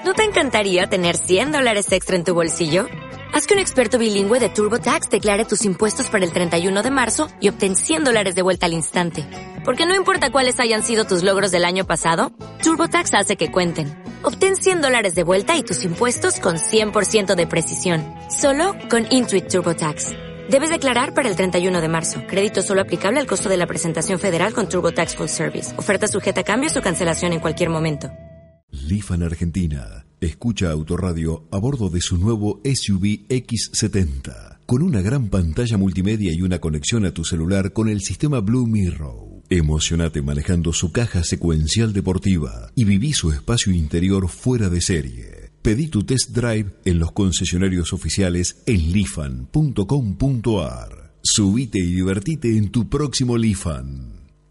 ¿No te encantaría tener $100 extra en tu bolsillo? Haz que un experto bilingüe de TurboTax declare tus impuestos para el 31 de marzo y obtén $100 de vuelta al instante. Porque no importa cuáles hayan sido tus logros del año pasado, TurboTax hace que cuenten. Obtén $100 de vuelta y tus impuestos con 100% de precisión. Solo con Intuit TurboTax. Debes declarar para el 31 de marzo. Crédito solo aplicable al costo de la presentación federal con TurboTax Full Service. Oferta sujeta a cambios o cancelación en cualquier momento. Lifan Argentina. Escucha Autoradio a bordo de su nuevo SUV X70. Con una gran pantalla multimedia y una conexión a tu celular con el sistema Blue Mirror. Emocionate manejando su caja secuencial deportiva y viví su espacio interior fuera de serie. Pedí tu test drive en los concesionarios oficiales en lifan.com.ar. Subite y divertite en tu próximo Lifan.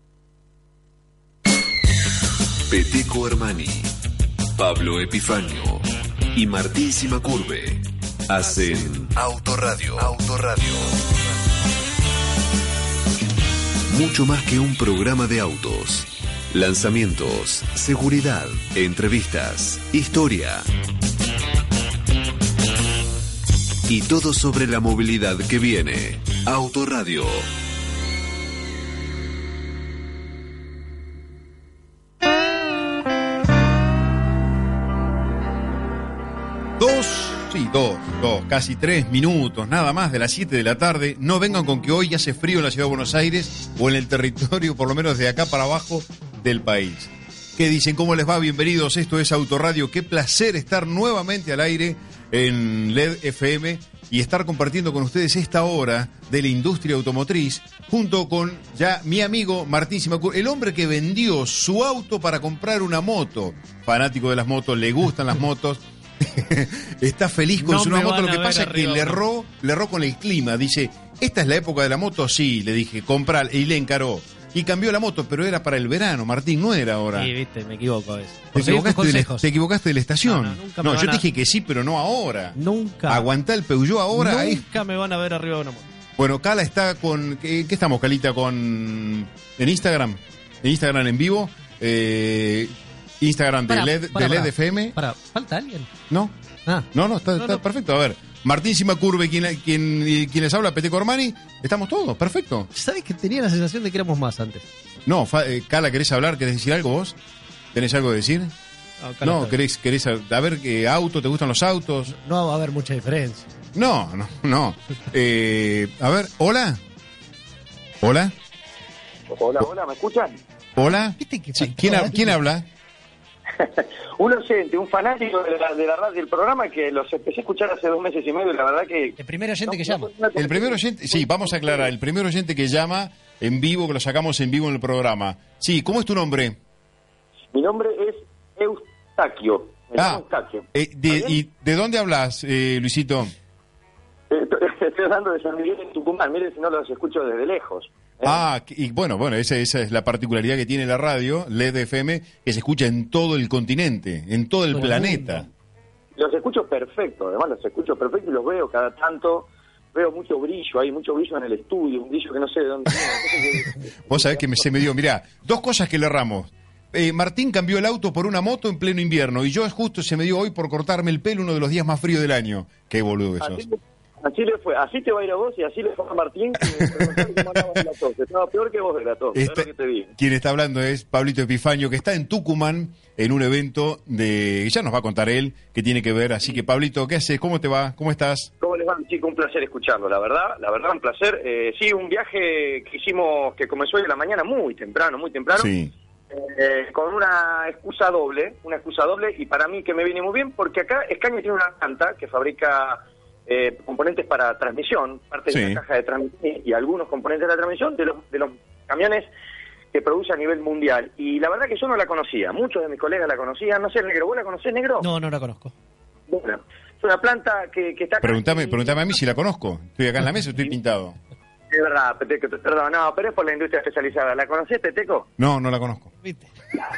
Peteco Armani, Pablo Epifanio y Martín Simacurbe hacen Autoradio. Mucho más que un programa de autos. Lanzamientos, seguridad, entrevistas, historia. Y todo sobre la movilidad que viene. Autoradio. Casi 3 minutos, nada más de las 7 de la tarde. No vengan con que hoy hace frío en la ciudad de Buenos Aires o en el territorio, por lo menos de acá para abajo del país. ¿Qué dicen? ¿Cómo les va? Bienvenidos, esto es Autoradio. Qué placer estar nuevamente al aire en LED FM y estar compartiendo con ustedes esta hora de la industria automotriz junto con ya mi amigo Martín Simacurbe, el hombre que vendió su auto para comprar una moto. Fanático de las motos, le gustan las motos. Está feliz con su nueva moto. Lo que pasa es que le erró con el clima. Dice, ¿esta es la época de la moto? Sí, le dije, comprar. Y le encaró. Y cambió la moto, pero era para el verano, Martín, no era ahora. Sí, viste, me equivoco a veces. Te equivocaste de la estación. No, yo te dije que sí, pero no ahora. Nunca. Aguantá el Peugeot ahora. Nunca me van a ver arriba de una moto. Bueno, Cala está con... ¿Qué estamos, Calita? En Instagram. En Instagram en vivo. Instagram de LED FM. ¿Falta alguien? No. No, está perfecto. A ver, Martín Simacurbe, quien les habla, Peteco Armani, estamos todos, perfecto. ¿Sabes que tenía la sensación de que éramos más antes? No, Cala, ¿querés hablar? ¿Querés decir algo vos? ¿Tenés algo que decir? No, ¿querés a ver qué auto? ¿Te gustan los autos? No va a haber mucha diferencia. No. A ver, ¿hola? ¿Hola? Hola, ¿me escuchan? ¿Hola? Sí, ¿quién habla? Un oyente, un fanático de la radio del programa que los empecé a escuchar hace 2 meses y medio y la verdad que... El primer oyente que llama. El primer oyente, sí, vamos a aclarar, el primer oyente que llama en vivo, que lo sacamos en vivo en el programa. Sí, ¿cómo es tu nombre? Mi nombre es Eustaquio. Eustaquio. ¿Y de dónde hablas, Luisito? Estoy hablando de San Miguel en Tucumán, miren si no los escucho desde lejos. Y bueno, esa es la particularidad que tiene la radio, LED FM, que se escucha en todo el continente, en todo el planeta. Los escucho perfecto, además los escucho perfecto y los veo cada tanto, veo mucho brillo, hay mucho brillo en el estudio, un brillo que no sé de dónde viene. Vos sabés que se me dio, mirá, 2 cosas que le erramos. Martín cambió el auto por una moto en pleno invierno y yo justo se me dio hoy por cortarme el pelo uno de los días más fríos del año. Qué boludo que sos. Así le fue, así te va a ir a vos y así le fue a Martín, que me preguntaron cómo andabas de la tos. Estaba peor que vos de la tos, es lo que te digo. Quien está hablando es Pablito Epifanio, que está en Tucumán en un evento ya nos va a contar él, que tiene que ver. Así que, Pablito, ¿qué haces? ¿Cómo te va? ¿Cómo estás? ¿Cómo les va, chicos? Un placer escucharlo, la verdad, un placer. Sí, un viaje que hicimos, que comenzó hoy en la mañana muy temprano. Sí. Con una excusa doble, y para mí que me viene muy bien, porque acá Scania tiene una planta que fabrica... componentes para transmisión, parte de la caja de transmisión y algunos componentes de la transmisión de los camiones que produce a nivel mundial. Y la verdad que yo no la conocía, muchos de mis colegas la conocían, no sé, Negro, ¿vos la conocés, Negro? No la conozco. Bueno, es una planta que está... Preguntame a mí si la conozco, estoy acá en la mesa, estoy pintado. Es verdad, Peteco, perdón, no, pero es por la industria especializada. ¿La conocés, Peteco? No la conozco. ¿Viste?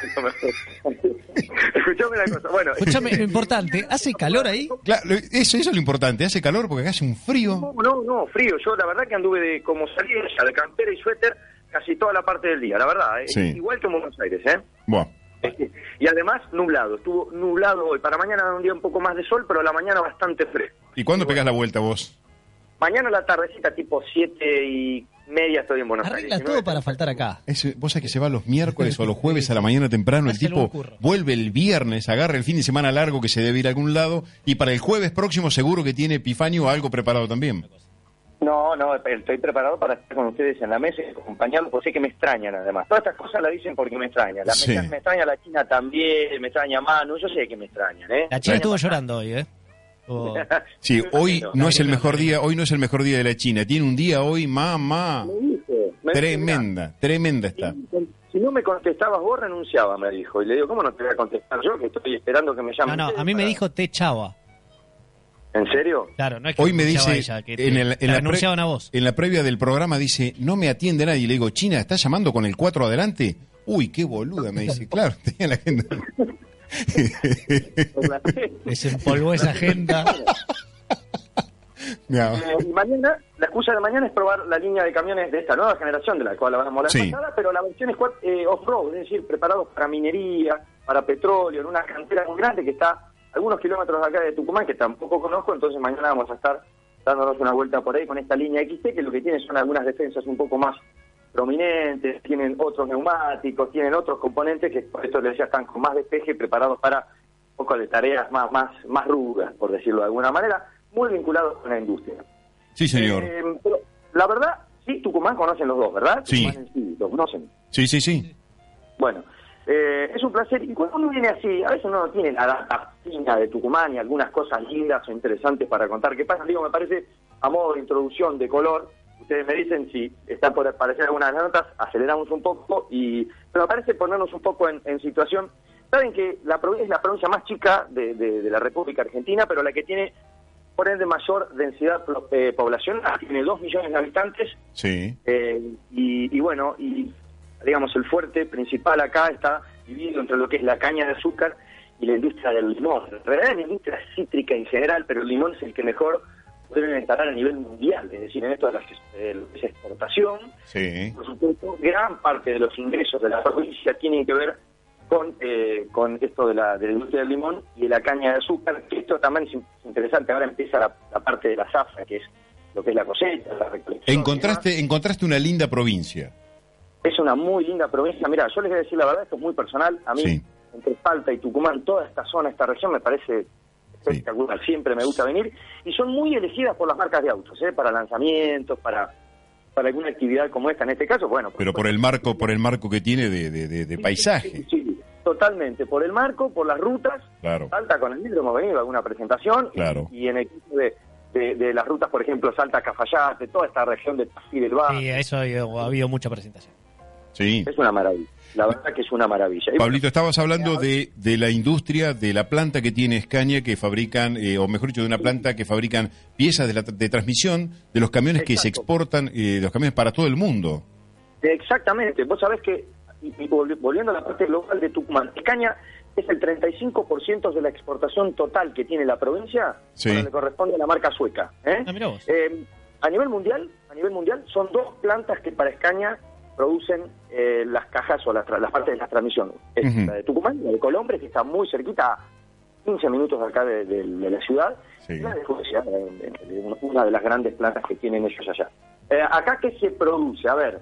Escuchame una cosa, bueno... Escuchame, lo importante, ¿hace calor ahí? Claro, eso es lo importante, ¿hace calor? Porque acá hace un frío. No, frío. Yo la verdad que anduve como salí de campera y suéter casi toda la parte del día, la verdad, sí. Igual que en Buenos Aires, ¿eh? Bueno, Y además nublado, estuvo nublado hoy. Para mañana un día un poco más de sol, pero a la mañana bastante fresco. ¿Y cuándo pegás la vuelta vos? Mañana a la tardecita, tipo 7:30, estoy en Buenos Arregla Aires. todo para faltar acá. Vos sabés que se va los miércoles o los jueves a la mañana temprano, el Hace tipo un curro. vuelve el viernes, agarra el fin de semana largo que se debe ir a algún lado, y para el jueves próximo seguro que tiene Epifanio o algo preparado también. No, estoy preparado para estar con ustedes en la mesa y acompañarlos, porque sé que me extrañan además. Todas estas cosas las dicen porque me extrañan. Sí. Me extraña la China también, me extraña Manu, yo sé que me extrañan, ¿eh? La China estuvo llorando hoy, ¿eh? Sí, hoy no es el no, mejor no. día, hoy no es el mejor día de la China. Tiene un día hoy, mamá, Me dice, tremenda está. Si no me contestabas vos, renunciaba, me dijo. Y le digo, ¿cómo no te voy a contestar yo? Que estoy esperando que me llamen. No, ustedes a mí me para- dijo te chava. ¿En serio? Claro, no es que Hoy me renunciaba dice, ella, que en te la renunciaban a vos. en la previa del programa dice, no me atiende nadie. Le digo, China, ¿estás llamando con el 4 adelante? Uy, qué boluda, me dice. Claro, tenía la agenda. Desempolvó esa agenda. No. Y mañana, la excusa de mañana es probar la línea de camiones de esta nueva generación, de la cual hablamos la Sí. pasada, pero la versión es off-road, es decir, preparados para minería, para petróleo, en una cantera muy grande que está a algunos kilómetros de acá de Tucumán, que tampoco conozco, entonces mañana vamos a estar dándonos una vuelta por ahí con esta línea XT, que lo que tiene son algunas defensas un poco más prominentes, tienen otros neumáticos, tienen otros componentes que por eso les decía están con más despeje, preparados para un poco de tareas más rudas, por decirlo de alguna manera, muy vinculados con la industria. Sí, señor. Pero la verdad, sí, Tucumán conocen los dos, ¿verdad? Sí. Tucumán en sí, lo conocen. Sí. Bueno, es un placer. Y cuando uno viene así, a veces uno no tiene la data fina de Tucumán y algunas cosas lindas o interesantes para contar. ¿Qué pasa? Digo, me parece, a modo de introducción de color, ustedes me dicen si está por aparecer algunas notas, aceleramos un poco, pero me parece ponernos un poco en situación. Saben que la provincia es la provincia más chica de la República Argentina, pero la que tiene, por ende, mayor densidad poblacional. Tiene 2 millones de habitantes. Sí. Y bueno, y digamos, el fuerte principal acá está dividido entre lo que es la caña de azúcar y la industria del limón. En realidad la industria cítrica en general, pero el limón es el que mejor pueden instalar a nivel mundial, es decir, en esto de la exportación. Sí. Por supuesto, gran parte de los ingresos de la provincia tienen que ver con esto de la industria del limón y de la caña de azúcar, que esto también es interesante. Ahora empieza la parte de la zafra, que es lo que es la cosecha, la recolección. Encontraste una linda provincia. Es una muy linda provincia. Mira, yo les voy a decir la verdad, esto es muy personal. A mí, Sí. entre Salta y Tucumán, toda esta zona, esta región me parece espectacular. Siempre me gusta venir. Y son muy elegidas por las marcas de autos, para lanzamientos, para alguna actividad como esta. En este caso, bueno. Pero por el marco que tiene de paisaje. Sí, totalmente. Por el marco, por las rutas. Claro. Salta con el libro hemos venido a alguna presentación. Claro. Y en el caso de las rutas, por ejemplo, Salta, Cafayate, toda esta región de Tafí del Valle. Sí, eso ha habido mucha presentación. Sí. Es una maravilla. La verdad que es una maravilla. Y Pablito, estabas hablando de la industria, de la planta que tiene Scania, que fabrican, o mejor dicho, de una planta que fabrican piezas de transmisión de los camiones que se Exacto. exportan, de los camiones para todo el mundo. Exactamente. Vos sabés que, y volviendo a la parte global de Tucumán, Scania es el 35% de la exportación total que tiene la provincia, Sí. cuando le corresponde a la marca sueca. Ah, mirá vos. A nivel mundial, son 2 plantas que para Scania producen las cajas o las partes de la transmisión. Es Ujú. la de Tucumán, la de Colombres, que está muy cerquita, a 15 minutos de acá de la ciudad, Sí. y la de Jujuy, una de las grandes plantas que tienen ellos allá. Acá, ¿qué se produce? A ver,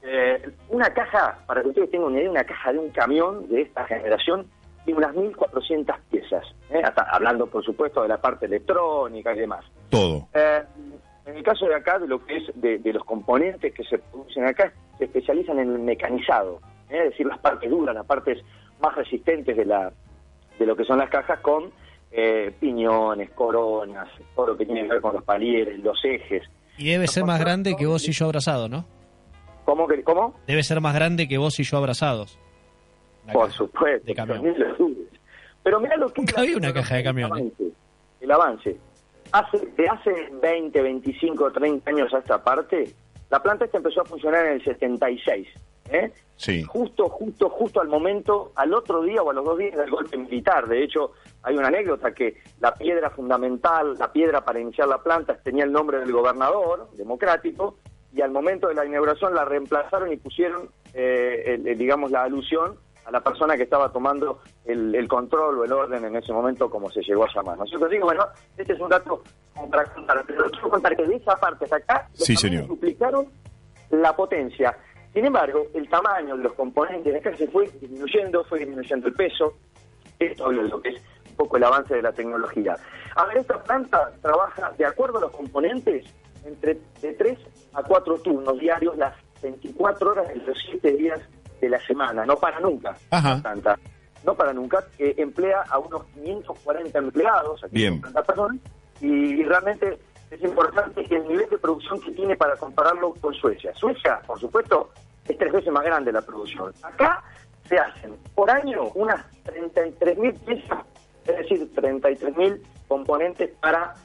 una caja, para que ustedes tengan una idea, una caja de un camión de esta generación tiene unas 1.400 piezas, hasta hablando, por supuesto, de la parte electrónica y demás. Todo. En el caso de acá, de lo que es de los componentes que se producen acá, se especializan en el mecanizado, es decir, las partes duras, las partes más resistentes de lo que son las cajas, con piñones, coronas, todo lo que tiene que ver con los palieres, los ejes. Y debe ser más grande que vos y yo abrazados, ¿no? ¿Cómo? Debe ser más grande que vos y yo abrazados. La Por caja supuesto. de camión. ni lo dudes. Pero mirá lo que Nunca vi una caja de camión, El avance. De hace 20, 25, 30 años a esta parte, la planta esta empezó a funcionar en el 76. Sí. Justo al momento, al otro día o a los 2 días del golpe militar. De hecho, hay una anécdota que la piedra fundamental, la piedra para iniciar la planta, tenía el nombre del gobernador democrático, y al momento de la inauguración la reemplazaron y pusieron, digamos, la alusión a la persona que estaba tomando el control o el orden en ese momento, como se llegó a llamar, ¿no es cierto? Así que bueno, este es un dato para contar, pero quiero contar que de esa parte hasta acá sí, señor, duplicaron la potencia. Sin embargo, el tamaño de los componentes de acá fue disminuyendo el peso. Esto es lo que es un poco el avance de la tecnología. A ver, esta planta trabaja de acuerdo a los componentes de 3 a 4 turnos diarios, las 24 horas de los 7 días de la semana. No para nunca. Ajá. Planta. No para nunca. Emplea a unos 540 empleados, aquí bien, 50 personas, y realmente es importante el nivel de producción que tiene para compararlo con Suecia. Suecia, por supuesto, es 3 veces más grande la producción. Acá se hacen por año unas 33.000 piezas, es decir, 33.000 componentes para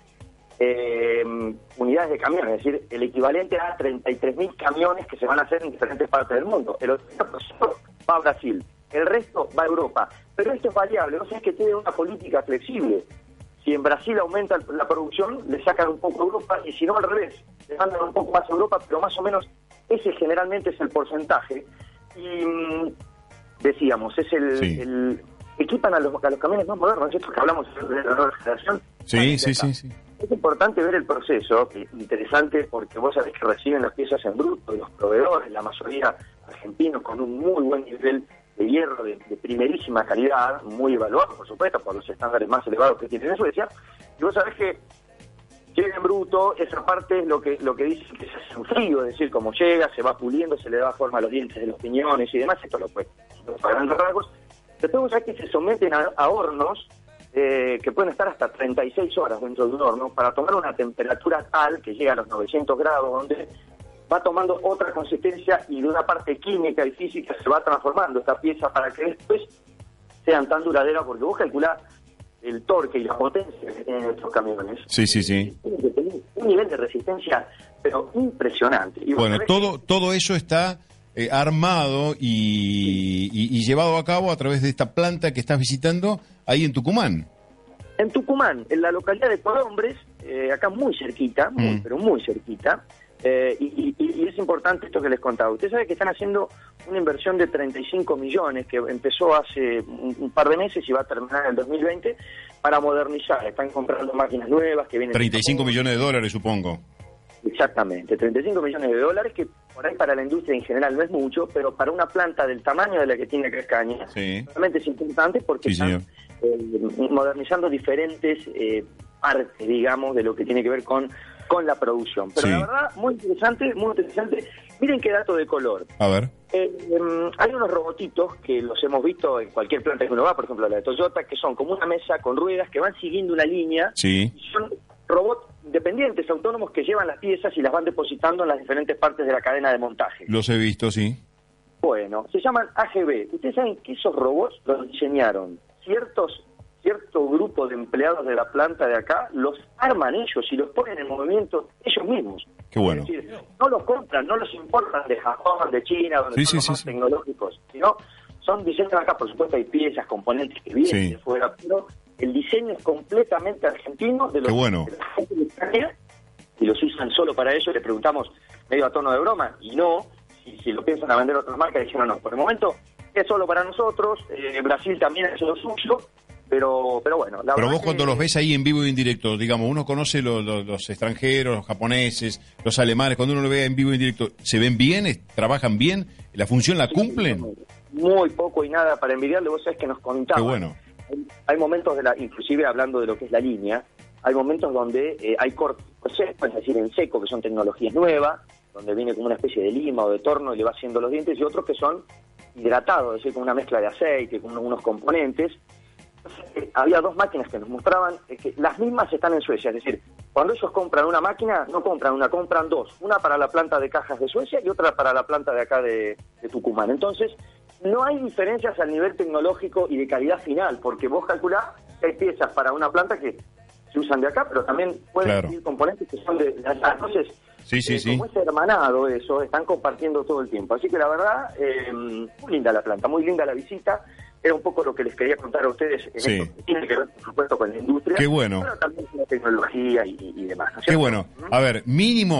unidades de camiones, es decir, el equivalente a 33.000 camiones que se van a hacer en diferentes partes del mundo. El 80% va a Brasil, el resto va a Europa. Pero esto es variable, o sea, es que tiene una política flexible. Si en Brasil aumenta la producción, le sacan un poco a Europa, y si no, al revés, le mandan un poco más a Europa, pero más o menos ese generalmente es el porcentaje. Y decíamos, es el equipan a los camiones más modernos, esto que hablamos de la nueva generación. Sí. Es importante ver el proceso, que es interesante porque vos sabés que reciben las piezas en bruto de los proveedores, la mayoría argentinos, con un muy buen nivel de hierro de primerísima calidad, muy evaluado, por supuesto, por los estándares más elevados que tienen en Suecia. Y vos sabés que llega en bruto, esa parte es lo que dice que se hace un frío, es decir, como llega, se va puliendo, se le da forma a los dientes de los piñones y demás, esto lo puede, para grandes rasgos. Después vos sabés que se someten a hornos que pueden estar hasta 36 horas dentro de un horno para tomar una temperatura tal que llega a los 900 grados, donde va tomando otra consistencia y de una parte química y física se va transformando esta pieza para que después sean tan duraderas, porque vos calculás el torque y la potencia que tienen estos camiones. Sí. Un nivel de resistencia, pero impresionante. Y bueno, todo eso está armado y llevado a cabo a través de esta planta que estás visitando ahí en Tucumán. En Tucumán, en la localidad de Colombres, acá muy cerquita, pero muy cerquita. Y es importante esto que les contaba. Ustedes saben que están haciendo una inversión de 35 millones que empezó hace un par de meses y va a terminar en el 2020 para modernizar. Están comprando máquinas nuevas que vienen... 35 millones de dólares, supongo. Exactamente, 35 millones de dólares, que por ahí para la industria en general no es mucho, pero para una planta del tamaño de la que tiene acá Escaña, realmente es importante porque están modernizando diferentes partes, digamos, de lo que tiene que ver con la producción. Pero la verdad, muy interesante, muy interesante. Miren qué dato de color. A ver. Hay unos robotitos que los hemos visto en cualquier planta que uno va, por ejemplo la de Toyota, que son como una mesa con ruedas que van siguiendo una línea. Sí. Y son robots independientes, autónomos, que llevan las piezas y las van depositando en las diferentes partes de la cadena de montaje. Los he visto, sí. Bueno, se llaman AGV. Ustedes saben que esos robots los diseñaron cierto grupo de empleados de la planta de acá, los arman ellos y los ponen en movimiento ellos mismos. Qué bueno. Es decir, no los compran, no los importan de Japón, de China, donde son los más tecnológicos, sino son diseños acá. Por supuesto hay piezas, componentes que vienen de fuera, pero el diseño es completamente argentino, de los de la gente de España, y los usan solo para ello. Le preguntamos medio a tono de broma, y no, si lo piensan a vender a otras marcas, dijeron no, por el momento es solo para nosotros. Brasil también hace lo suyo, pero bueno. Pero vos cuando los ves ahí en vivo y en directo, digamos, uno conoce los extranjeros, los japoneses, los alemanes, cuando uno lo ve en vivo y en directo, ¿se ven bien? ¿Trabajan bien? ¿La función la cumplen? Muy poco y nada para envidiarle. Vos sabés que nos contaban. Qué bueno. Hay momentos inclusive hablando de lo que es la línea, hay momentos donde hay cortes secos, es decir, en seco, que son tecnologías nuevas, donde viene como una especie de lima o de torno y le va haciendo los dientes, y otros que son hidratados, es decir, con una mezcla de aceite, con unos componentes. Entonces, había dos máquinas que nos mostraban que las mismas están en Suecia, es decir, cuando ellos compran una máquina, no compran una, compran dos, una para la planta de cajas de Suecia y otra para la planta de acá de Tucumán. Entonces, no hay diferencias al nivel tecnológico y de calidad final, porque vos calculás que hay piezas para una planta que se usan de acá, pero también pueden ir componentes que son de allá. Entonces, como es hermanado eso, están compartiendo todo el tiempo. Así que la verdad, muy linda la planta, muy linda la visita. Era un poco lo que les quería contar a ustedes en esto, que tiene que ver, por supuesto, con la industria. Qué bueno. Pero también con la tecnología y demás. ¿No? Qué bueno. A ver, mínimo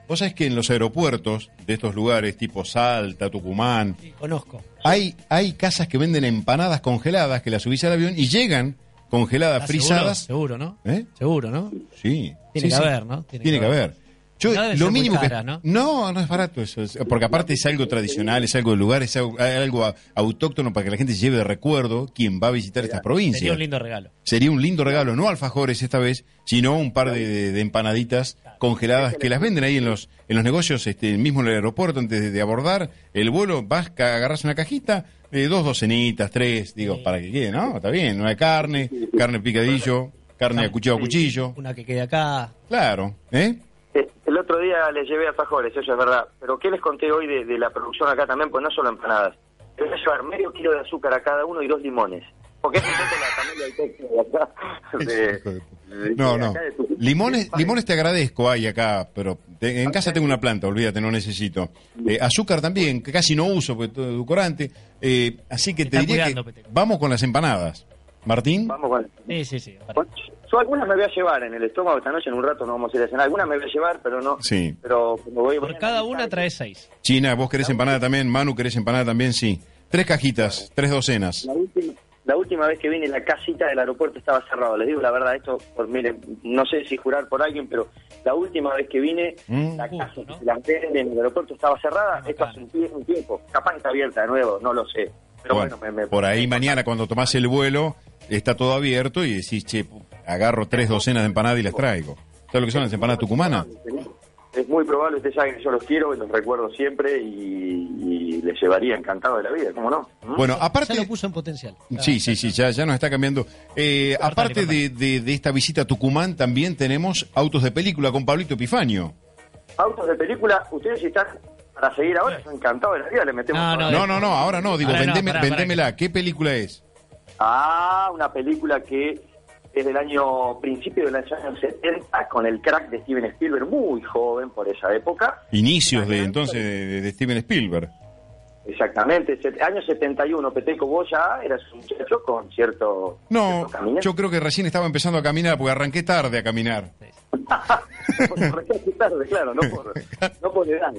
Vos sabés que en los aeropuertos de estos lugares, tipo Salta, Tucumán, Sí, conozco. hay casas que venden empanadas congeladas que las subís al avión y llegan congeladas, frisadas. Seguro, ¿no? ¿Eh? Seguro, ¿no? Sí. Tiene sí, que sí. haber, ¿no? Tiene que haber. Yo, No debe lo ser muy mínimo cara, que ¿no? no es barato eso, porque aparte es algo tradicional, es algo del lugar, es algo autóctono para que la gente se lleve de recuerdo quien va a visitar estas provincias. Sería un lindo regalo. Sería un lindo regalo, no alfajores esta vez, sino un par de empanaditas congeladas que las venden ahí en los negocios, mismo en el aeropuerto antes de abordar el vuelo, vas, agarras una cajita, 2 docenitas, 3, digo, para que quede, ¿no? Está bien, no hay carne picadillo, carne a cuchillo. Una que quede acá. Claro, ¿eh? El otro día les llevé alfajores, eso es verdad. Pero ¿qué les conté hoy de la producción acá también? Pues no solo empanadas. Les voy a llevar medio kilo de azúcar a cada uno y 2 limones. Porque es un poco la familia de acá. No. Limones te agradezco, hay acá, pero en casa tengo una planta, olvídate, no necesito. Azúcar también, que casi no uso, porque todo edulcorante. Así que te diría que vamos con las empanadas. ¿Martín? Vamos con... Sí. Yo algunas me voy a llevar en el estómago esta noche, en un rato no vamos a ir a cenar. Algunas me voy a llevar, pero no. Sí. Pero como voy Por cada una trae 6. China, ¿vos querés empanada también? Manu, ¿querés empanada también? Sí. 3 cajitas, 3 docenas. La última vez que vine, la casita del aeropuerto estaba cerrado. Les digo la verdad, esto, miren, no sé si jurar por alguien, pero la última vez que vine, la casa ¿no? que la venden en el aeropuerto estaba cerrada. Esto hace un tiempo. Capaz está abierta de nuevo, no lo sé. Pero bueno, por ahí mañana cuando tomás el vuelo está todo abierto y decís, che, agarro 3 docenas de empanadas y las traigo. ¿Sabes lo que son las empanadas tucumanas? Es muy probable, ustedes saben que yo los quiero, los recuerdo siempre y les llevaría encantado de la vida, ¿cómo no? Bueno, aparte... Ya lo puso en potencial. Sí, ya nos está cambiando. Aparte de esta visita a Tucumán, también tenemos autos de película con Pablito Epifanio. Autos de película, ustedes están para seguir ahora, yo encantado de la vida, le metemos... No, ahora no, digo, vendémela. ¿Qué película es? Una película que es del principio de los años 70, con el crack de Steven Spielberg, muy joven por esa época. Inicios de entonces de Steven Spielberg. Exactamente, año 71, Peteco, vos ya eras un muchacho con cierto caminar. Yo creo que recién estaba empezando a caminar, porque arranqué tarde a caminar. Arranqué tarde, claro, no por edad.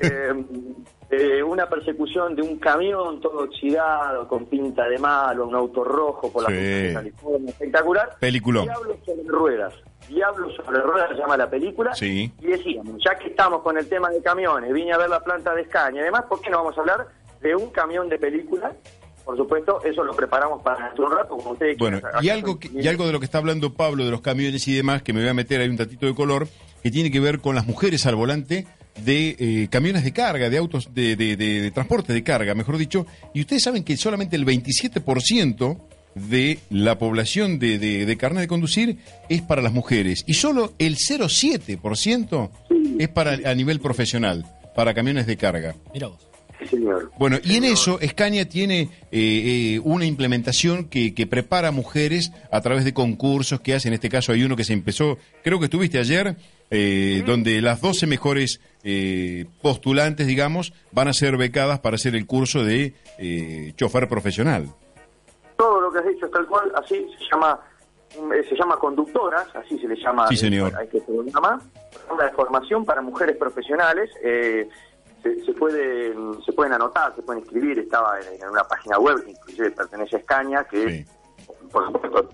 Una persecución de un camión todo oxidado, con pinta de malo, un auto rojo por la costa de California, espectacular. Película. Diablo sobre ruedas se llama la película. Sí. Y decíamos, ya que estamos con el tema de camiones, vine a ver la planta de Escaña y demás, ¿por qué no vamos a hablar de un camión de película? Por supuesto, eso lo preparamos para dentro de un rato, como ustedes quieran. Bueno, y algo de lo que está hablando Pablo, de los camiones y demás, que me voy a meter ahí un tantito de color, que tiene que ver con las mujeres al volante de camiones de carga, de autos de transporte de carga, mejor dicho. Y ustedes saben que solamente el 27% de la población de carnet de conducir es para las mujeres y solo el 0,7% es a nivel profesional, para camiones de carga. Mirá vos. Sí, señor. Bueno, y en eso Escaña tiene una implementación que prepara mujeres a través de concursos que hace. En este caso hay uno que se empezó, creo que estuviste ayer, donde las 12 mejores postulantes, digamos, van a ser becadas para hacer el curso de chofer profesional. Todo lo que has dicho es tal cual, así se llama conductoras, así se le llama. Sí, señor. Hay que programa de formación para mujeres profesionales. Se pueden anotar, se pueden inscribir. Estaba en una página web que inclusive pertenece a Escaña, que es, por supuesto,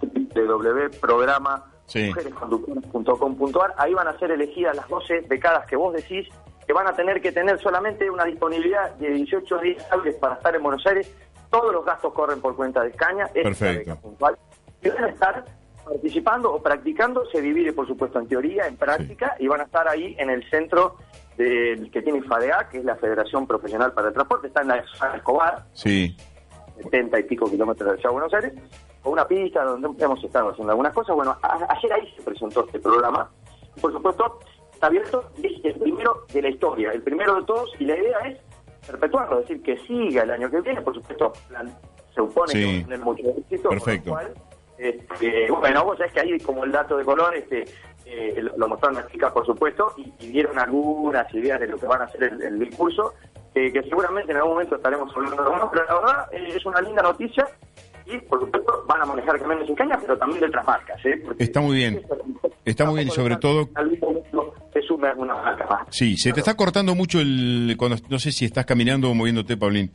www.programamujeresconductoras.com.ar. Ahí van a ser elegidas las 12 becadas que vos decís, que van a tener que tener solamente una disponibilidad de 18 días hábiles para estar en Buenos Aires. Todos los gastos corren por cuenta de Escaña. Perfecto. Y van a estar participando o practicando, se divide por supuesto en teoría, en práctica, y van a estar ahí en el centro que tiene FADEA, que es la Federación Profesional para el Transporte, está en la San Escobar, 70 y pico kilómetros de Ciudad de Buenos Aires, con una pista donde hemos estado haciendo algunas cosas. Bueno, ayer ahí se presentó este programa, y por supuesto está abierto, es el primero de la historia, el primero de todos, y la idea es perpetuarlo, es decir, que siga el año que viene. Por supuesto, se supone que va a tener mucho éxito. Perfecto. Por lo cual, bueno, vos sabés que ahí como el dato de color, lo mostraron las chicas, por supuesto, y dieron algunas ideas de lo que van a hacer el curso, que seguramente en algún momento estaremos hablando de uno, pero la verdad es una linda noticia. Y, por supuesto, van a manejar camiones en Caña, pero también de otras marcas. Porque está muy bien. Está muy bien, y sobre todo... Se sume alguna marca más. Sí, se te está cortando mucho cuando no sé si estás caminando o moviéndote, Paulín.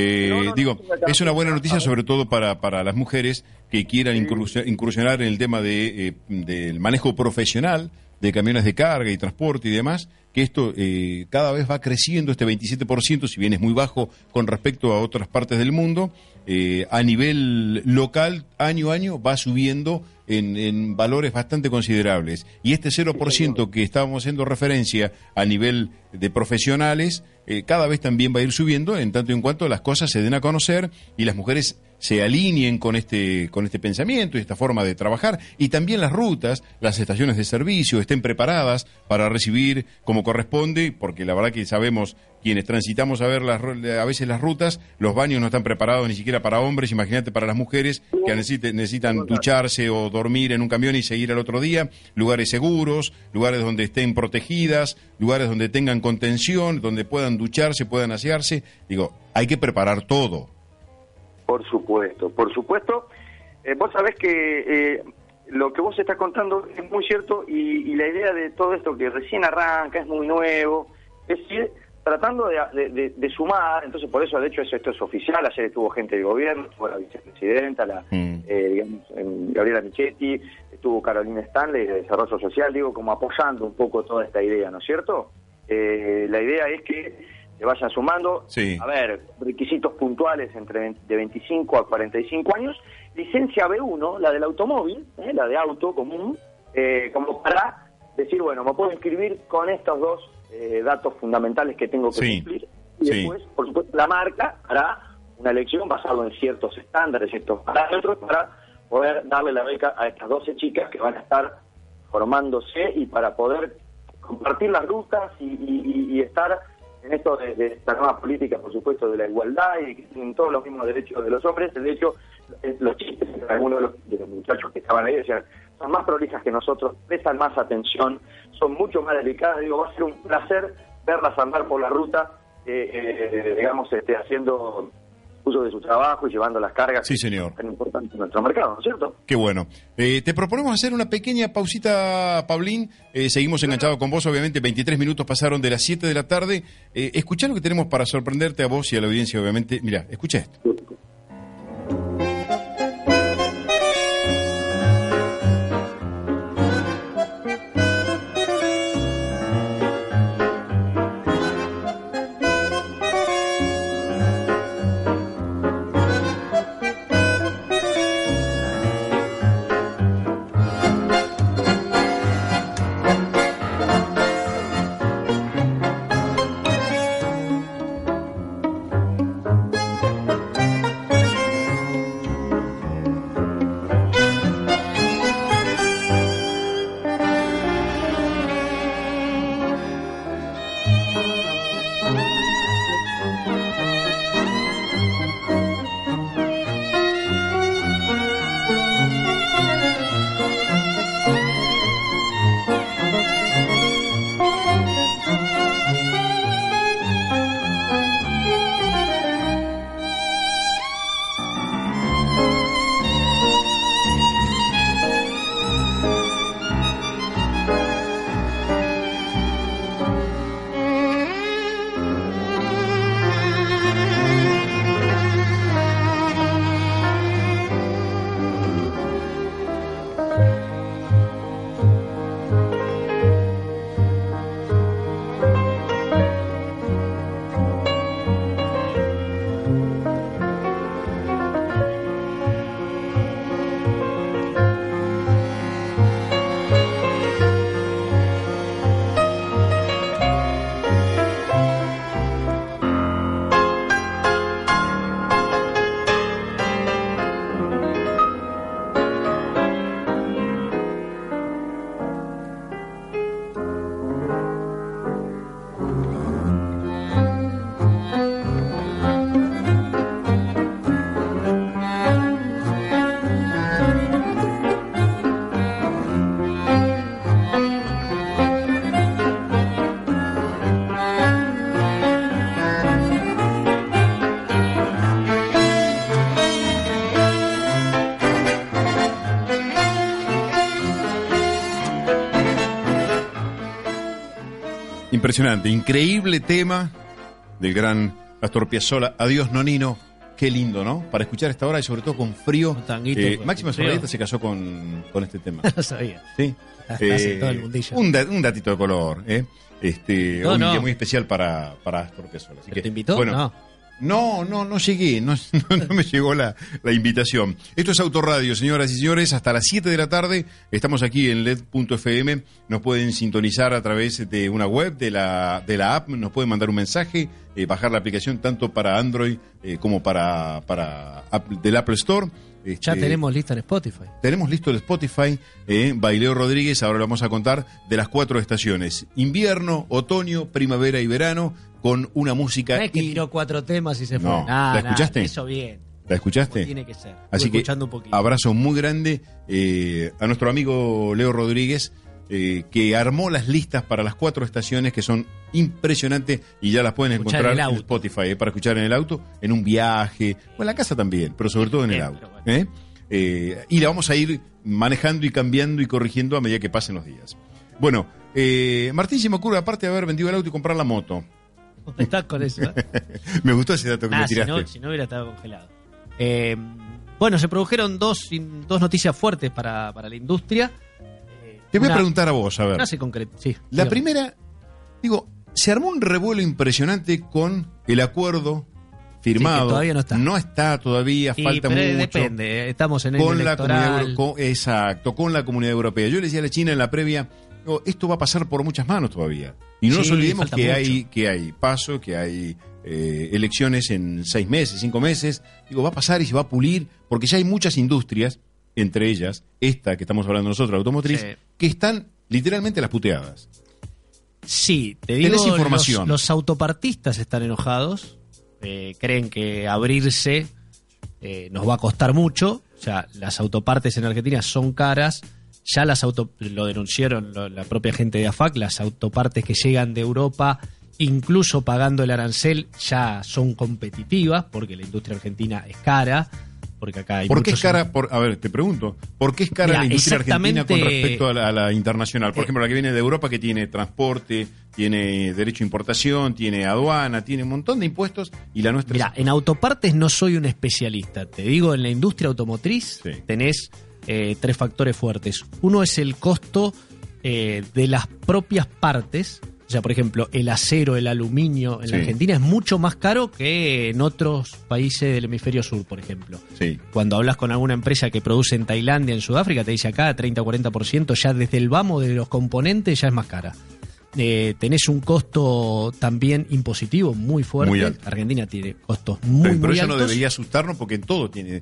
Es una buena noticia sobre todo para las mujeres que quieran incursionar en el tema del manejo profesional de camiones de carga y transporte y demás, que esto cada vez va creciendo, este 27%, si bien es muy bajo con respecto a otras partes del mundo, a nivel local, año a año, va subiendo en valores bastante considerables. Y este 0% que estábamos haciendo referencia a nivel de profesionales, cada vez también va a ir subiendo, en tanto y en cuanto las cosas se den a conocer y las mujeres se alineen con este pensamiento y esta forma de trabajar, y también las rutas, las estaciones de servicio estén preparadas para recibir como corresponde, porque la verdad que sabemos, quienes transitamos a ver a veces las rutas, los baños no están preparados ni siquiera para hombres, imagínate para las mujeres que necesitan ducharse o dormir en un camión y seguir al otro día, lugares seguros, lugares donde estén protegidas, lugares donde tengan contención, donde puedan ducharse, puedan asearse. Digo, hay que preparar todo. Por supuesto. Vos sabés que lo que vos estás contando es muy cierto, y la idea de todo esto que recién arranca, es muy nuevo, es ir tratando de sumar. Entonces, por eso, de hecho, esto es oficial. Ayer estuvo gente del gobierno, estuvo la vicepresidenta, Gabriela Michetti, estuvo Carolina Stanley de Desarrollo Social, como apoyando un poco toda esta idea, ¿no es cierto? La idea es que se vayan sumando, sí. A ver, requisitos puntuales de 25 a 45 años, licencia B1, la del automóvil, la de auto común, como para decir, bueno, me puedo inscribir con estos dos datos fundamentales que tengo que cumplir. Y después, por supuesto, la marca hará una elección basada en ciertos estándares, ciertos parámetros, para poder darle la beca a estas 12 chicas que van a estar formándose, y para poder compartir las rutas y estar en esto de esta nueva política, por supuesto, de la igualdad, y que tienen todos los mismos derechos de los hombres. De hecho, los chistes, algunos de los muchachos que estaban ahí decían, son más prolijas que nosotros, prestan más atención, son mucho más delicadas. Va a ser un placer verlas andar por la ruta, haciendo uso de su trabajo y llevando las cargas, sí, señor, tan importantes en nuestro mercado, ¿no es cierto? Qué bueno. Te proponemos hacer una pequeña pausita, Paulín. Seguimos enganchados con vos, obviamente. 23 minutos pasaron de las 7 de la tarde. Escuchá lo que tenemos para sorprenderte a vos y a la audiencia, obviamente. Mirá, escucha esto. Impresionante, increíble tema del gran Astor Piazzolla. Adiós, Nonino. Qué lindo, ¿no? Para escuchar esta hora y sobre todo con frío. Un tanguito con Máxima frío. Zorrilleta se casó con este tema. No sabía. ¿Sí? Estás en todo el mundillo. Un datito de color, ¿eh? No, un no. día muy especial para Astor Piazzolla. Así ¿Pero que, te invitó? Bueno, no llegué, no me llegó la invitación. Esto es Autoradio, señoras y señores, hasta las 7 de la tarde estamos aquí en LED.fm, nos pueden sintonizar a través de una web, de la app, nos pueden mandar un mensaje, bajar la aplicación tanto para Android como para del Apple Store. Ya tenemos lista en Spotify. Tenemos listo el Spotify, Baileo Rodríguez, ahora le vamos a contar de las 4 estaciones, invierno, otoño, primavera y verano, con una música... No es que tiró 4 temas y se fue. No, ¿la escuchaste? Eso bien. ¿La escuchaste? Como tiene que ser. Así que escuchando un poquito. abrazo muy grande a nuestro amigo Leo Rodríguez, que armó las listas para las 4 estaciones que son impresionantes y ya las pueden Escuchar encontrar en el en auto. Spotify, para escuchar en el auto, en un viaje, o en la casa también, pero sobre todo en el auto. Bueno. Y la vamos a ir manejando y cambiando y corrigiendo a medida que pasen los días. Bueno, Martín se me ocurre, aparte de haber vendido el auto y comprar la moto. Estás con eso, Me gustó ese dato que me tiraste. si no hubiera estado congelado. Bueno, se produjeron dos noticias fuertes para la industria. Te voy a preguntar a vos, a ver. No se concretó, sí. La dígame. primera, se armó un revuelo impresionante con el acuerdo firmado. Sí, que todavía no está. No está todavía, falta pero mucho. depende, estamos en el Con la comunidad electoral. exacto, con la comunidad europea. Yo le decía a la China en la previa, esto va a pasar por muchas manos todavía. Y no Sí, nos olvidemos falta que hay paso, que hay elecciones en 6 meses, 5 meses. Va a pasar y se va a pulir, porque ya hay muchas industrias, entre ellas esta que estamos hablando nosotros, automotriz, Sí. que están literalmente a las puteadas. Sí, te Tenés digo, información. los autopartistas están enojados, creen que abrirse nos va a costar mucho, o sea, las autopartes en Argentina son caras, ya lo denunciaron la propia gente de AFAC, las autopartes que llegan de Europa, incluso pagando el arancel, ya son competitivas, porque la industria argentina es cara, porque acá hay ¿Por qué es muchos... cara? A ver, te pregunto, ¿por qué es cara Mira, la industria argentina con exactamente- respecto a la internacional? Por ejemplo, la que viene de Europa, que tiene transporte, tiene derecho a importación, tiene aduana, tiene un montón de impuestos, y la nuestra... Mira, en autopartes no soy un especialista. Te digo, en la industria automotriz Sí. tenés 3 factores fuertes. Uno es el costo de las propias partes. O sea, por ejemplo, el acero, el aluminio en la Sí. Argentina es mucho más caro que en otros países del hemisferio sur, por ejemplo. Sí. Cuando hablas con alguna empresa que produce en Tailandia, en Sudáfrica, te dice acá 30-40%, ya desde el vamos de los componentes ya es más cara. Tenés un costo también impositivo muy fuerte. Muy alto. Argentina tiene costos muy Pero eso altos. no debería asustarnos porque en todo tiene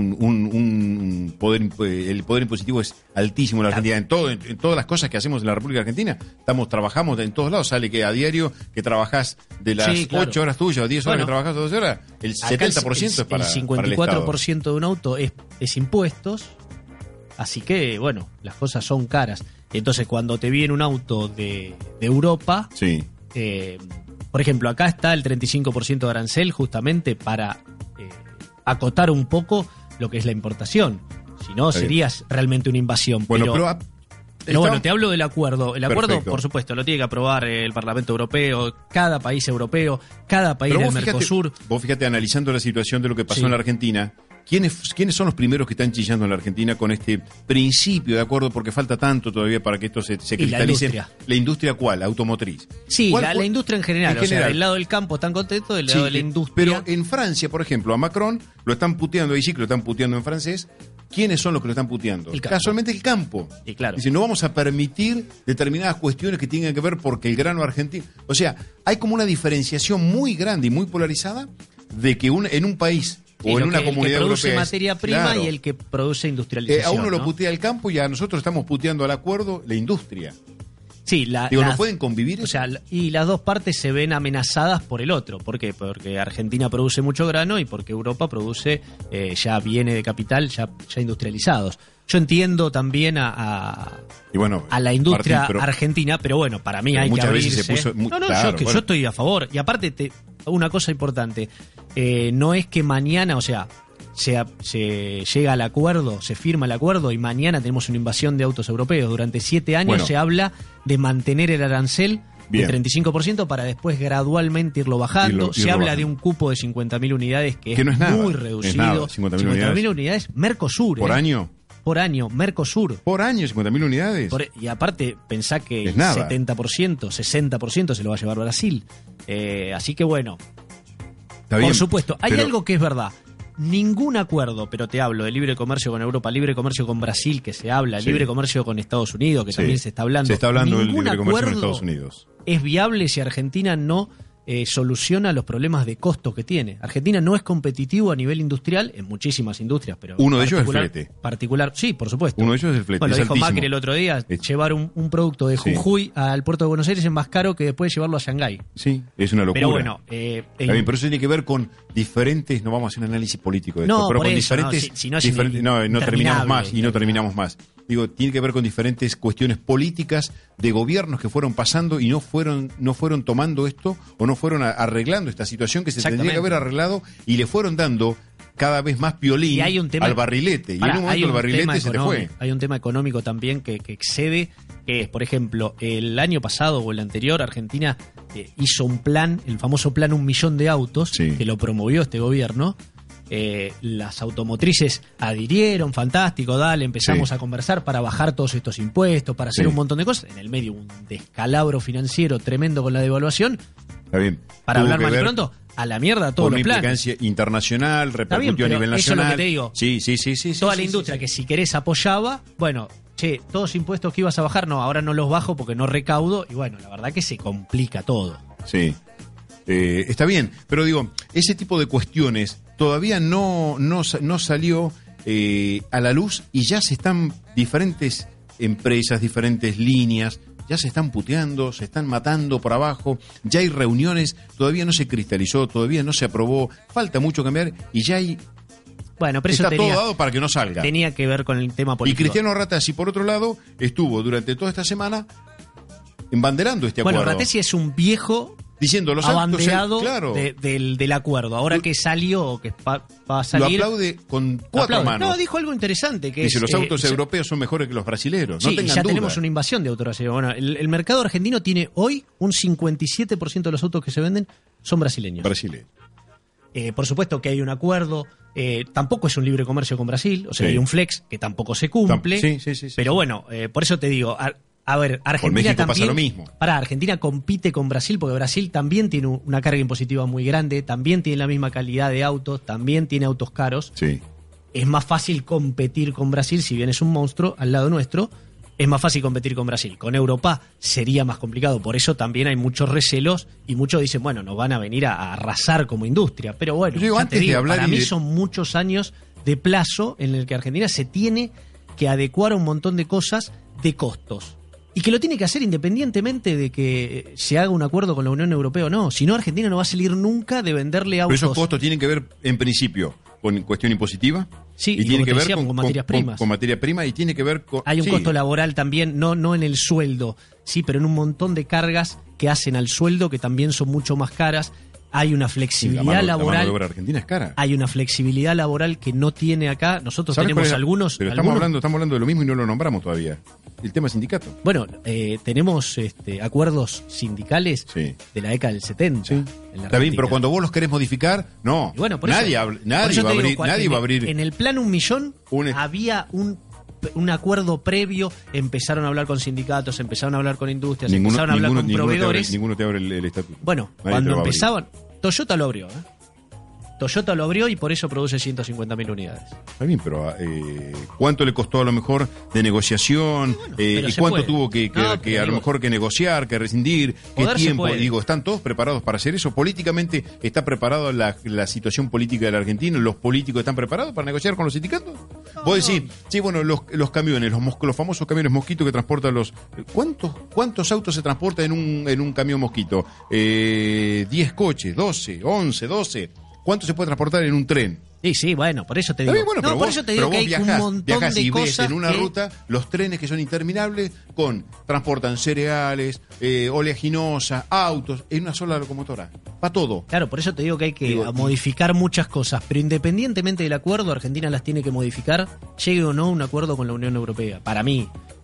un poder, el poder impositivo es altísimo en la Argentina. En todas las cosas que hacemos en la República Argentina, trabajamos en todos lados. Sale que a diario que trabajás de las Sí, claro. 8 horas tuyas, 10 horas Bueno, que trabajás, 12 horas, el Acá 70% es para el el 54% Estado. de un auto es impuestos, así que, bueno, las cosas son caras. Entonces, cuando te viene un auto de Europa, Sí. por ejemplo, acá está el 35% de arancel justamente para acotar un poco lo que es la importación. Si no, Está bien. sería realmente una invasión. Bueno, Pero bueno, te hablo del acuerdo. El acuerdo, Perfecto. por supuesto, lo tiene que aprobar el Parlamento Europeo, cada país europeo, cada país Pero del Mercosur. vos fíjate, analizando la situación de lo que pasó Sí. en la Argentina, ¿quiénes son los primeros que están chillando en la Argentina con este principio de acuerdo? Porque falta tanto todavía para que esto se Y la cristalice. industria. ¿La industria cuál? Automotriz. Sí, ¿Cuál- la cuál- industria en general. en O sea, general. del lado del campo están contentos, del Sí, lado de la industria. Pero en Francia, por ejemplo, a Macron lo están puteando, ahí sí que lo están puteando en francés. ¿Quiénes son los que lo están puteando? El campo. Casualmente el campo. Y claro. Dice, no vamos a permitir determinadas cuestiones que tengan que ver porque el grano argentino... O sea, hay como una diferenciación muy grande y muy polarizada de que en un país Sí, o en lo una que- comunidad el que produce europea... es- materia prima claro, y el que produce industrialización. a uno lo ¿no? putea el campo y a nosotros estamos puteando al acuerdo la industria. Sí, ¿No pueden convivir O eso? sea, y las dos partes se ven amenazadas por el otro. ¿Por qué? Porque Argentina produce mucho grano y porque Europa produce, ya viene de capital, ya industrializados. Yo entiendo también Y bueno, a la industria Martín, pero- argentina, pero bueno, para mí pero hay que muchas abrirse. veces se puso muy- no, claro, yo bueno. estoy a favor. Y aparte, una cosa importante, no es que mañana, o sea, se llega al acuerdo, se firma el acuerdo y mañana tenemos una invasión de autos europeos. Durante 7 años Bueno. se habla de mantener el arancel Bien. de 35% para después gradualmente irlo bajando. Se habla de un cupo de 50.000 unidades que no es nada, muy es reducido. nada, 50.000 unidades Mercosur. ¿Por año? Por año, Mercosur. ¿Por año 50.000 unidades? Y aparte, pensá que Es nada. 70%, 60% se lo va a llevar Brasil. Así que bueno, Está bien, por supuesto, hay pero- algo que es verdad. Ningún acuerdo, pero te hablo de libre comercio con Europa, libre comercio con Brasil, que se habla, Sí. libre comercio con Estados Unidos, que Sí. también se está hablando. Se está hablando del Ningún libre comercio con acuerdo Estados Unidos. es viable si Argentina no soluciona los problemas de costos que tiene. Argentina no es competitivo a nivel industrial en muchísimas industrias, pero Uno de ellos es el flete. Sí, por supuesto. Uno de ellos es el flete, Bueno, es dijo altísimo. Macri el otro día, Es- llevar un producto de Sí. Jujuy al puerto de Buenos Aires es más caro que después llevarlo a Shanghái. Sí, es una locura. Pero bueno, Está bien, pero eso tiene que ver con diferentes, no vamos a hacer un análisis político de No, esto, pero por con eso, diferentes, no, si no es no terminamos más y no interminable. terminamos más. Digo, tiene que ver con diferentes cuestiones políticas de gobiernos que fueron pasando y no fueron tomando esto o no fueron arreglando esta situación que se tendría que Exactamente. haber arreglado y le fueron dando cada vez más piolín Y hay un tema, al barrilete. Y Pará, en un hay momento el un barrilete tema se le fue. económico, hay un tema económico también que excede, que es, por ejemplo, el año pasado o el anterior, Argentina hizo un plan, el famoso plan 1 millón de autos, Sí. que lo promovió este gobierno. Las automotrices adhirieron, fantástico, dale, empezamos Sí. a conversar para bajar todos estos impuestos, para hacer Sí. un montón de cosas. En el medio un descalabro financiero tremendo con la devaluación. Está bien. Para Tuvo hablar que mal y ver pronto, a la mierda todos con una los planes. implicancia internacional, bien, repercutió a pero nivel eso es lo nacional. que te digo. Sí. Toda sí, la sí, industria sí. que si querés apoyaba, bueno, che, todos impuestos que ibas a bajar, no, ahora no los bajo porque no recaudo, y bueno, la verdad que se complica todo. Sí. Está bien, pero digo, ese tipo de cuestiones todavía no salió a la luz y ya se están diferentes empresas, diferentes líneas, ya se están puteando, se están matando por abajo, ya hay reuniones, todavía no se cristalizó, todavía no se aprobó, falta mucho cambiar y ya hay... Bueno, pero Está eso todo dado para que no salga. tenía que ver con el tema Y político. Cristiano Ratazzi, por otro lado, estuvo durante toda esta semana embanderando este Bueno, acuerdo. Ratesi es un viejo Diciendo los autos, abanderado claro, del acuerdo. Ahora que salió, que va a lo salir... aplaude con lo cuatro aplaude. manos. No, dijo algo interesante, que Dice, es... los autos ya- europeos son mejores que los brasileros. Sí, No tengan ya duda. tenemos una invasión de autos brasileños. Bueno, el mercado argentino tiene hoy un 57% de los autos que se venden son brasileños. Brasileños. Por supuesto que hay un acuerdo, tampoco es un libre comercio con Brasil, o sea, Sí. hay un flex que tampoco se cumple. Sí. Pero bueno, por eso te digo, a ver, Argentina México también... pasa lo mismo. Argentina compite con Brasil porque Brasil también tiene una carga impositiva muy grande, también tiene la misma calidad de autos, también tiene autos caros. Sí. Es más fácil competir con Brasil, si bien es un monstruo al lado nuestro, es más fácil competir con Brasil. Con Europa sería más complicado, por eso también hay muchos recelos y muchos dicen, bueno, nos van a venir a arrasar como industria. Pero bueno, Yo digo, ya antes te digo, de hablar para y mí de- son muchos años de plazo en el que Argentina se tiene que adecuar a un montón de cosas de costos. Y que lo tiene que hacer independientemente de que se haga un acuerdo con la Unión Europea o no. Si no, Argentina no va a salir nunca de venderle Pero autos. esos costos tienen que ver, en principio, con cuestión impositiva. Sí, y tiene como que te ver decía, con materias primas. Con materia prima y tiene que ver con... Hay un sí, costo laboral también, no en el sueldo, sí, pero en un montón de cargas que hacen al sueldo que también son mucho más caras. Hay una sí, flexibilidad la mano laboral. de obra argentina es cara. Hay una flexibilidad laboral que no tiene acá. Nosotros ¿Sabes cuál tenemos es? algunos. Pero estamos algunos- hablando de lo mismo y no lo nombramos todavía. El tema sindicato. Bueno, tenemos acuerdos sindicales Sí. de la década del 70. Sí. en la Está bien, Argentina. pero cuando vos los querés modificar, no. Y bueno, por nadie eso, habla- por nadie eso va a te digo, abrir, nadie va a abrir. En el plan 1 millón había un acuerdo previo, empezaron a hablar con sindicatos, empezaron a hablar con industrias, empezaron a hablar con proveedores. Ninguno te abre el estatuto. Bueno, Nadie te cuando lo va a abrir. empezaban, Toyota lo abrió. Toyota lo abrió y por eso produce 150.000 unidades. Está bien, pero ¿cuánto le costó a lo mejor de negociación? pero ¿Y se cuánto puede. tuvo que No, a pero lo digo, mejor que negociar, que rescindir? ¿Qué poder se tiempo? puede. Digo, ¿están todos preparados para hacer eso? ¿Políticamente está preparada la situación política de la Argentina? ¿Los políticos están preparados para negociar con los sindicatos? Vos decís, sí, bueno, los camiones, los famosos camiones mosquito que transportan los... ¿Cuántos autos se transportan en un camión mosquito? 10 coches, 12, 11, 12... ¿Cuánto se puede transportar en un tren? Sí, bueno, por eso te Está digo. bien, bueno, no, pero por vos, eso te digo que hay viajás, un montón viajás de y ves cosas en una que- ruta los trenes que son interminables transportan cereales, oleaginosa, autos, en una sola locomotora. Para todo. Claro, por eso te digo que hay que Digo, modificar muchas cosas, pero independientemente del acuerdo, Argentina las tiene que modificar, llegue o no un acuerdo con la Unión Europea. Para mí,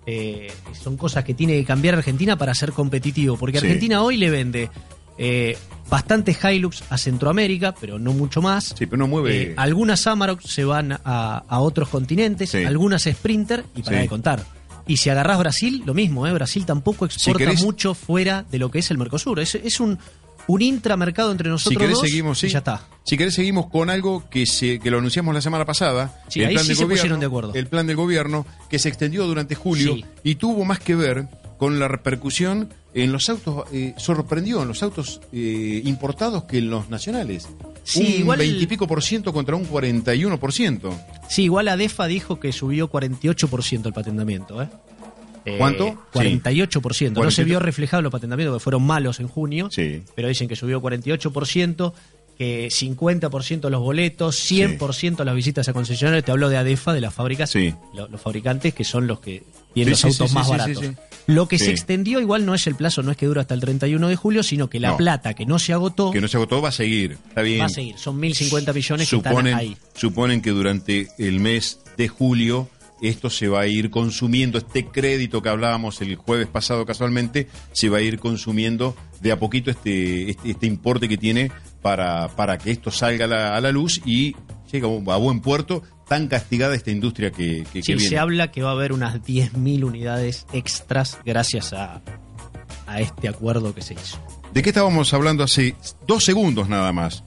Son cosas que tiene que cambiar Argentina para ser competitivo, porque Sí. Argentina hoy le vende bastantes Hilux a Centroamérica, pero no mucho más. Sí, pero no mueve. Algunas Amarok se van a otros continentes, Sí. algunas Sprinter, y para Sí. de contar. Y si agarrás Brasil, lo mismo, Brasil tampoco exporta querés- mucho fuera de lo que es el Mercosur. Es un intramercado entre Si nosotros querés dos seguimos, sí. y ya está. Si querés seguimos con algo que lo anunciamos la semana pasada. Sí, ahí sí se pusieron de acuerdo. El plan del gobierno que se extendió durante julio Sí. y tuvo más que ver con la repercusión en los autos, sorprendió en los autos importados que en los nacionales. Sí, un igual 20 y pico por ciento contra un 41%. Sí, igual ADEFA dijo que subió 48% el patentamiento. ¿Cuánto? 48%. No se 48. vio reflejado los patentamientos, que fueron malos en junio, Sí. pero dicen que subió 48%, que 50% los boletos, 100% las visitas a concesionarios. Te hablo de ADEFA, de las fábricas, Sí. los fabricantes que son los que tienen Sí, los sí, autos sí, más sí, baratos. sí, sí. Lo que Sí. se extendió igual no es el plazo, no es que dura hasta el 31 de julio, sino que la No. plata que no se agotó Que no se agotó, va a seguir. Está bien. va a seguir. Son 1.050 millones que están ahí. Suponen que durante el mes de julio esto se va a ir consumiendo, este crédito que hablábamos el jueves pasado casualmente, se va a ir consumiendo de a poquito este importe que tiene para que esto salga a la luz y llegue a buen puerto, tan castigada esta industria que Sí, viene. se habla que va a haber unas 10.000 unidades extras gracias a este acuerdo que se hizo. ¿De qué estábamos hablando hace 2 segundos nada más?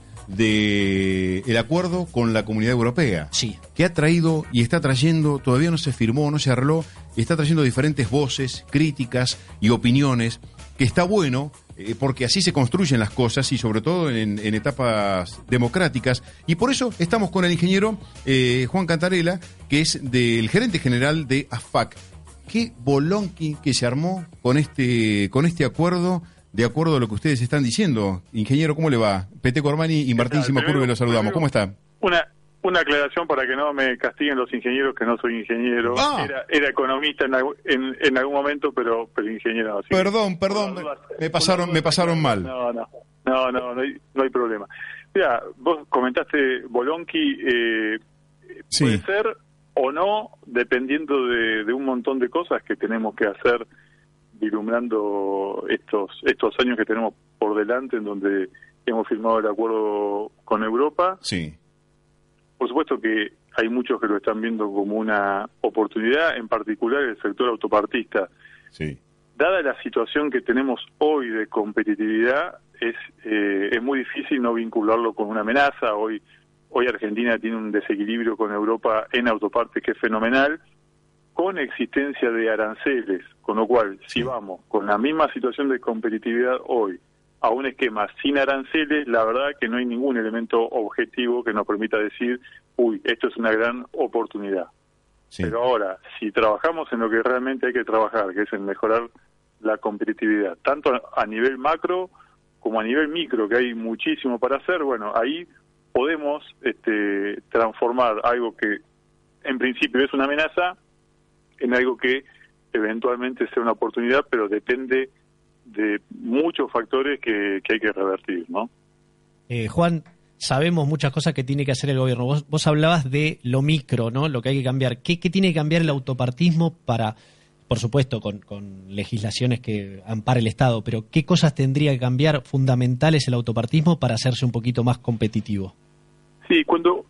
De el acuerdo con la Comunidad Europea. Sí. Que ha traído y está trayendo, todavía no se firmó, no se arregló, está trayendo diferentes voces, críticas y opiniones, que está bueno, porque así se construyen las cosas y sobre todo en etapas democráticas. Y por eso estamos con el ingeniero Juan Cantarella, que es del gerente general de AFAC. Qué bolonqui que se armó con este acuerdo, de acuerdo a lo que ustedes están diciendo. Ingeniero, ¿cómo le va? Peteco Armani y Martín Simacurbe los saludamos. ¿Cómo está? Una aclaración para que no me castiguen los ingenieros, que no soy ingeniero. Ah. Era economista en algún momento, pero ingeniero no. Sí. Perdón, me pasaron mal. No hay problema. Mira, vos comentaste Bolonqui, Sí. puede ser o no, dependiendo de un montón de cosas que tenemos que hacer, vislumbrando estos años que tenemos por delante, en donde hemos firmado el acuerdo con Europa. Sí. Por supuesto que hay muchos que lo están viendo como una oportunidad, en particular el sector autopartista. Sí. Dada la situación que tenemos hoy de competitividad, es muy difícil no vincularlo con una amenaza. Hoy Argentina tiene un desequilibrio con Europa en autopartes que es fenomenal, con existencia de aranceles, con lo cual, si vamos con la misma situación de competitividad hoy a un esquema sin aranceles, la verdad que no hay ningún elemento objetivo que nos permita decir, esto es una gran oportunidad. Sí. Pero ahora, si trabajamos en lo que realmente hay que trabajar, que es en mejorar la competitividad, tanto a nivel macro como a nivel micro, que hay muchísimo para hacer, bueno, ahí podemos transformar algo que en principio es una amenaza en algo que eventualmente sea una oportunidad, pero depende de muchos factores que hay que revertir, ¿no? Juan, sabemos muchas cosas que tiene que hacer el gobierno. Vos hablabas de lo micro, ¿no? Lo que hay que cambiar. ¿Qué tiene que cambiar el autopartismo para, por supuesto, con legislaciones que ampare el Estado, pero qué cosas tendría que cambiar fundamentales el autopartismo para hacerse un poquito más competitivo? Sí, cuando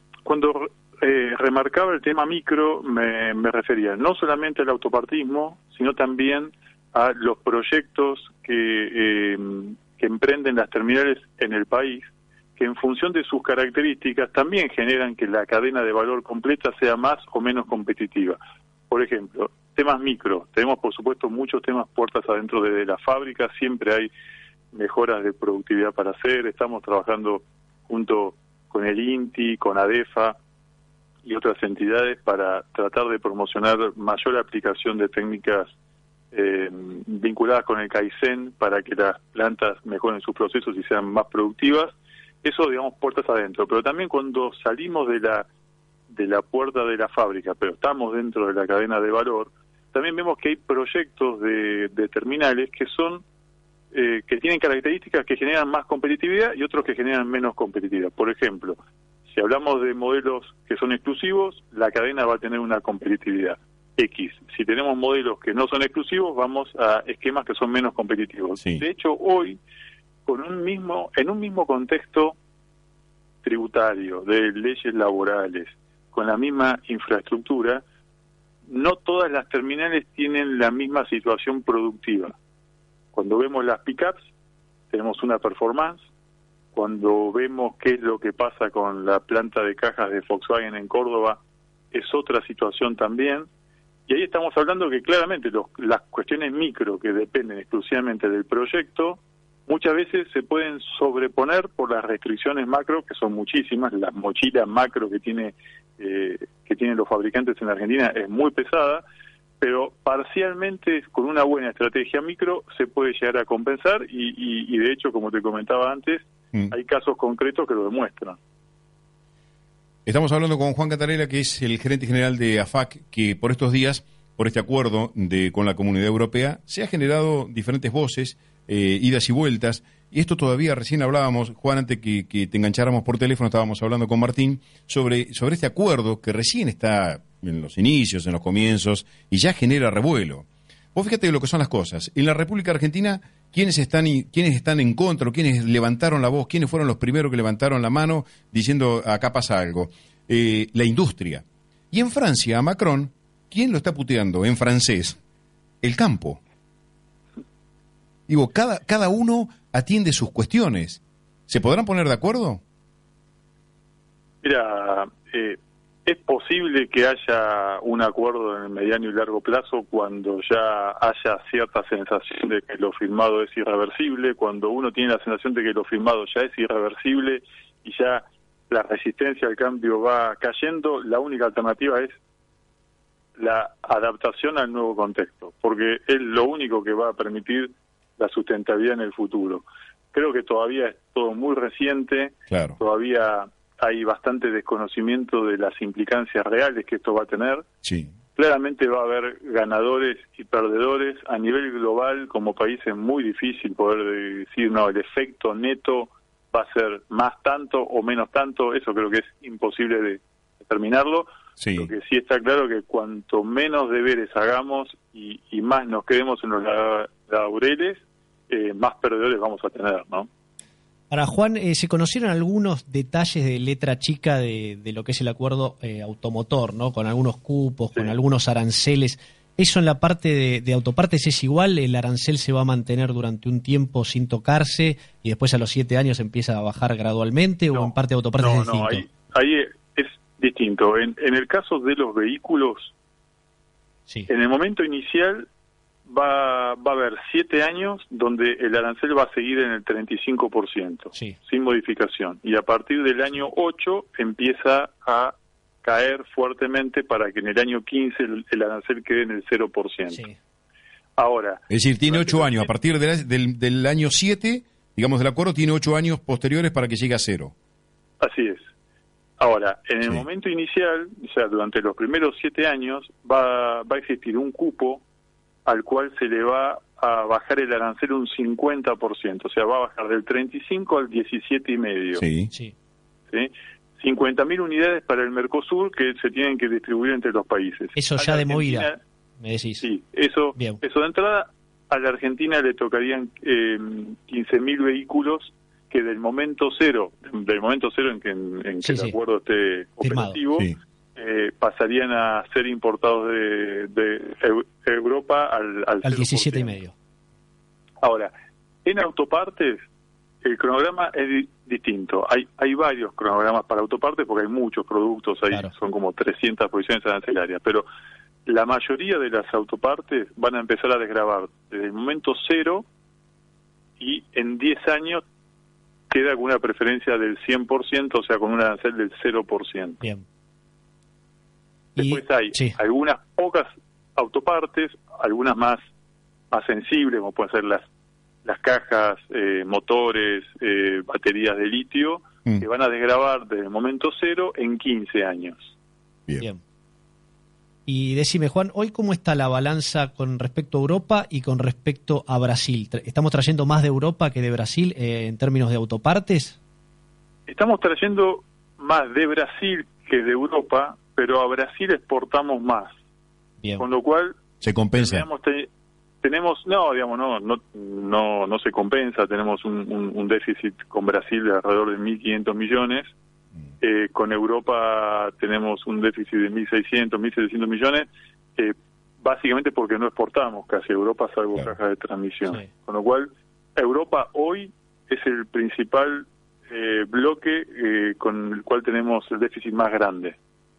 remarcaba el tema micro, me refería no solamente al autopartismo, sino también a los proyectos que emprenden las terminales en el país, que en función de sus características también generan que la cadena de valor completa sea más o menos competitiva. Por ejemplo, temas micro. Tenemos, por supuesto, muchos temas puertas adentro de la fábrica. Siempre hay mejoras de productividad para hacer. Estamos trabajando junto con el INTI, con ADEFA y otras entidades para tratar de promocionar mayor aplicación de técnicas vinculadas con el Kaizen para que las plantas mejoren sus procesos y sean más productivas. Eso, digamos, puertas adentro. Pero también cuando salimos de la puerta de la fábrica, pero estamos dentro de la cadena de valor, también vemos que hay proyectos de terminales que son que tienen características que generan más competitividad y otros que generan menos competitividad. Por ejemplo, si hablamos de modelos que son exclusivos, la cadena va a tener una competitividad. X. Si tenemos modelos que no son exclusivos, vamos a esquemas que son menos competitivos. Sí. De hecho, hoy, en un mismo contexto tributario, de leyes laborales, con la misma infraestructura, no todas las terminales tienen la misma situación productiva. Cuando vemos las pickups, tenemos una performance. Cuando vemos qué es lo que pasa con la planta de cajas de Volkswagen en Córdoba, es otra situación también. Y ahí estamos hablando que claramente las cuestiones micro que dependen exclusivamente del proyecto, muchas veces se pueden sobreponer por las restricciones macro, que son muchísimas. La mochila macro que tienen los fabricantes en Argentina es muy pesada, pero parcialmente con una buena estrategia micro se puede llegar a compensar y de hecho, como te comentaba antes, hay casos concretos que lo demuestran. Estamos hablando con Juan Cantarella, que es el gerente general de AFAC, que por estos días, por este acuerdo con la Comunidad Europea, se ha generado diferentes voces, idas y vueltas, y esto todavía recién hablábamos, Juan, antes que te engancháramos por teléfono, estábamos hablando con Martín sobre este acuerdo que recién está en los inicios, en los comienzos, y ya genera revuelo. Vos fíjate lo que son las cosas. En la República Argentina, ¿quiénes están en contra o quiénes levantaron la voz? ¿Quiénes fueron los primeros que levantaron la mano diciendo acá pasa algo? La industria. Y en Francia, a Macron, ¿quién lo está puteando en francés? El campo. Digo, cada uno atiende sus cuestiones. ¿Se podrán poner de acuerdo? Mira, es posible que haya un acuerdo en el mediano y largo plazo cuando ya haya cierta sensación de que lo firmado es irreversible, cuando uno tiene la sensación de que lo firmado ya es irreversible y ya la resistencia al cambio va cayendo. La única alternativa es la adaptación al nuevo contexto, porque es lo único que va a permitir la sustentabilidad en el futuro. Creo que todavía es todo muy reciente, claro. Todavía hay bastante desconocimiento de las implicancias reales que esto va a tener. Sí. Claramente va a haber ganadores y perdedores. A nivel global, como país, es muy difícil poder decir, no, el efecto neto va a ser más tanto o menos tanto. Eso creo que es imposible de determinarlo. Sí. Lo que sí está claro que cuanto menos deberes hagamos y más nos quedemos en los laureles, más perdedores vamos a tener, ¿no? Ahora, Juan, ¿se conocieron algunos detalles de letra chica de lo que es el acuerdo automotor, ¿no? Con algunos cupos, sí, con algunos aranceles. ¿Eso en la parte de autopartes es igual? ¿El arancel se va a mantener durante un tiempo sin tocarse y después a los 7 años empieza a bajar gradualmente? ¿O en parte de autopartes es distinto? Ahí es distinto. En el caso de los vehículos, sí, en el momento inicial va a haber 7 años donde el arancel va a seguir en el 35%, sí, sin modificación. Y a partir del año 8 empieza a caer fuertemente para que en el año 15 el arancel quede en el 0%. Sí. Ahora, es decir, tiene 8 años. A partir del año 7, digamos, del acuerdo, tiene 8 años posteriores para que llegue a 0. Así es. Ahora, en el sí, momento inicial, o sea, durante los primeros 7 años, va a existir un cupo al cual se le va a bajar el arancel un 50%, o sea, va a bajar del 35 al 17,5. Sí. Sí. ¿Sí? 50.000 unidades para el Mercosur que se tienen que distribuir entre los países. Eso ya de movida, me decís. Sí, eso de entrada. A la Argentina le tocarían 15.000 vehículos que del momento cero en que el acuerdo esté operativo, sí, pasarían a ser importados de Europa al 17,5. Ahora, en autopartes el cronograma es distinto. Hay varios cronogramas para autopartes porque hay muchos productos, claro, son como 300 posiciones arancelarias, pero la mayoría de las autopartes van a empezar a desgravar desde el momento cero y en 10 años queda con una preferencia del 100%, o sea, con un arancel del 0%. Bien. Después hay algunas pocas autopartes, algunas más sensibles, como pueden ser las cajas, motores, baterías de litio, que van a desgravar desde el momento cero en 15 años. Bien. Y decime, Juan, ¿hoy cómo está la balanza con respecto a Europa y con respecto a Brasil? ¿Estamos trayendo más de Europa que de Brasil en términos de autopartes? Estamos trayendo más de Brasil que de Europa, pero a Brasil exportamos más. Bien. Con lo cual se compensa. Tenemos no se compensa. Tenemos un déficit con Brasil de alrededor de 1.500 millones. Con Europa tenemos un déficit de 1.600, 1.700 millones, básicamente porque no exportamos casi a Europa, salvo cajas de transmisión. Sí. Con lo cual, Europa hoy es el principal bloque con el cual tenemos el déficit más grande.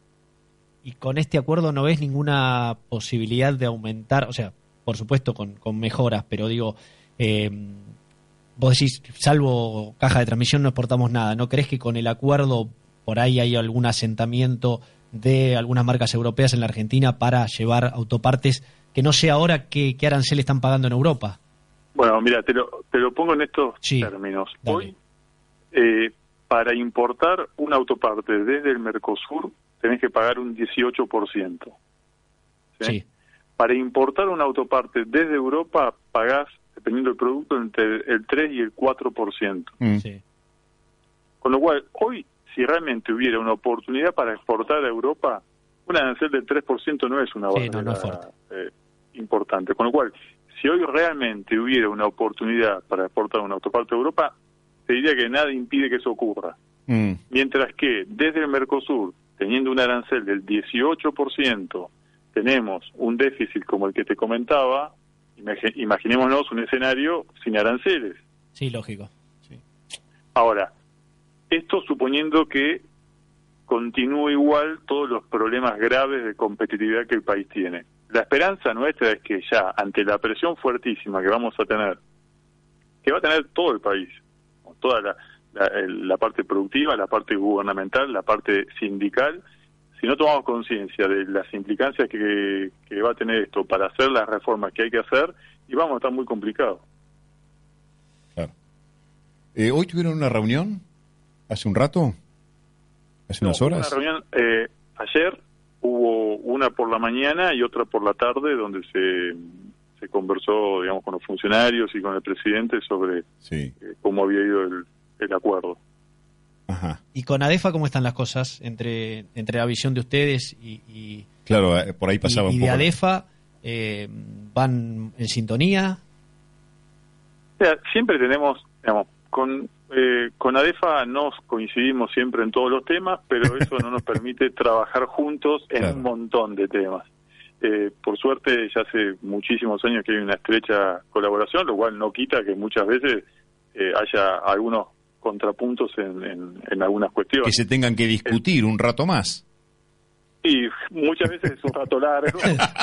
Y con este acuerdo no ves ninguna posibilidad de aumentar, o sea, por supuesto con mejoras, pero digo, vos decís, salvo caja de transmisión no exportamos nada. ¿No crees que con el acuerdo por ahí hay algún asentamiento de algunas marcas europeas en la Argentina para llevar autopartes que no sé ahora qué arancel están pagando en Europa? Bueno, mira, te lo pongo en estos términos. Dale. Hoy, para importar una autoparte desde el Mercosur, tenés que pagar un 18%. Sí. Para importar una autoparte desde Europa, pagás, dependiendo del producto, entre el 3 y el 4%. Sí. Con lo cual, hoy, si realmente hubiera una oportunidad para exportar a Europa, un arancel del 3% no es una barrera importante. Con lo cual, si hoy realmente hubiera una oportunidad para exportar una autoparte a Europa, te diría que nada impide que eso ocurra. Mientras que desde el Mercosur, teniendo un arancel del 18%, tenemos un déficit como el que te comentaba, imaginémonos un escenario sin aranceles. Sí, lógico. Sí. Ahora, esto suponiendo que continúe igual todos los problemas graves de competitividad que el país tiene. La esperanza nuestra es que ya, ante la presión fuertísima que vamos a tener, que va a tener todo el país, toda la parte productiva, la parte gubernamental, la parte sindical, si no tomamos conciencia de las implicancias que va a tener esto para hacer las reformas que hay que hacer, y vamos a estar muy complicados. Claro. ¿Hoy tuvieron una reunión? ¿Hace un rato? ¿Hace unas horas? Una reunión, ayer hubo una por la mañana y otra por la tarde, donde se conversó, digamos, con los funcionarios y con el presidente sobre cómo había ido el acuerdo. Ajá. ¿Y con ADEFA cómo están las cosas entre la visión de ustedes y claro, por ahí pasaba un poco. ¿Y de ADEFA van en sintonía? O sea, siempre tenemos, digamos, con ADEFA nos coincidimos siempre en todos los temas, pero eso no nos permite trabajar juntos en un montón de temas. Por suerte ya hace muchísimos años que hay una estrecha colaboración, lo cual no quita que muchas veces haya algunos contrapuntos en algunas cuestiones. Que se tengan que discutir un rato más. Sí, muchas veces es un rato largo.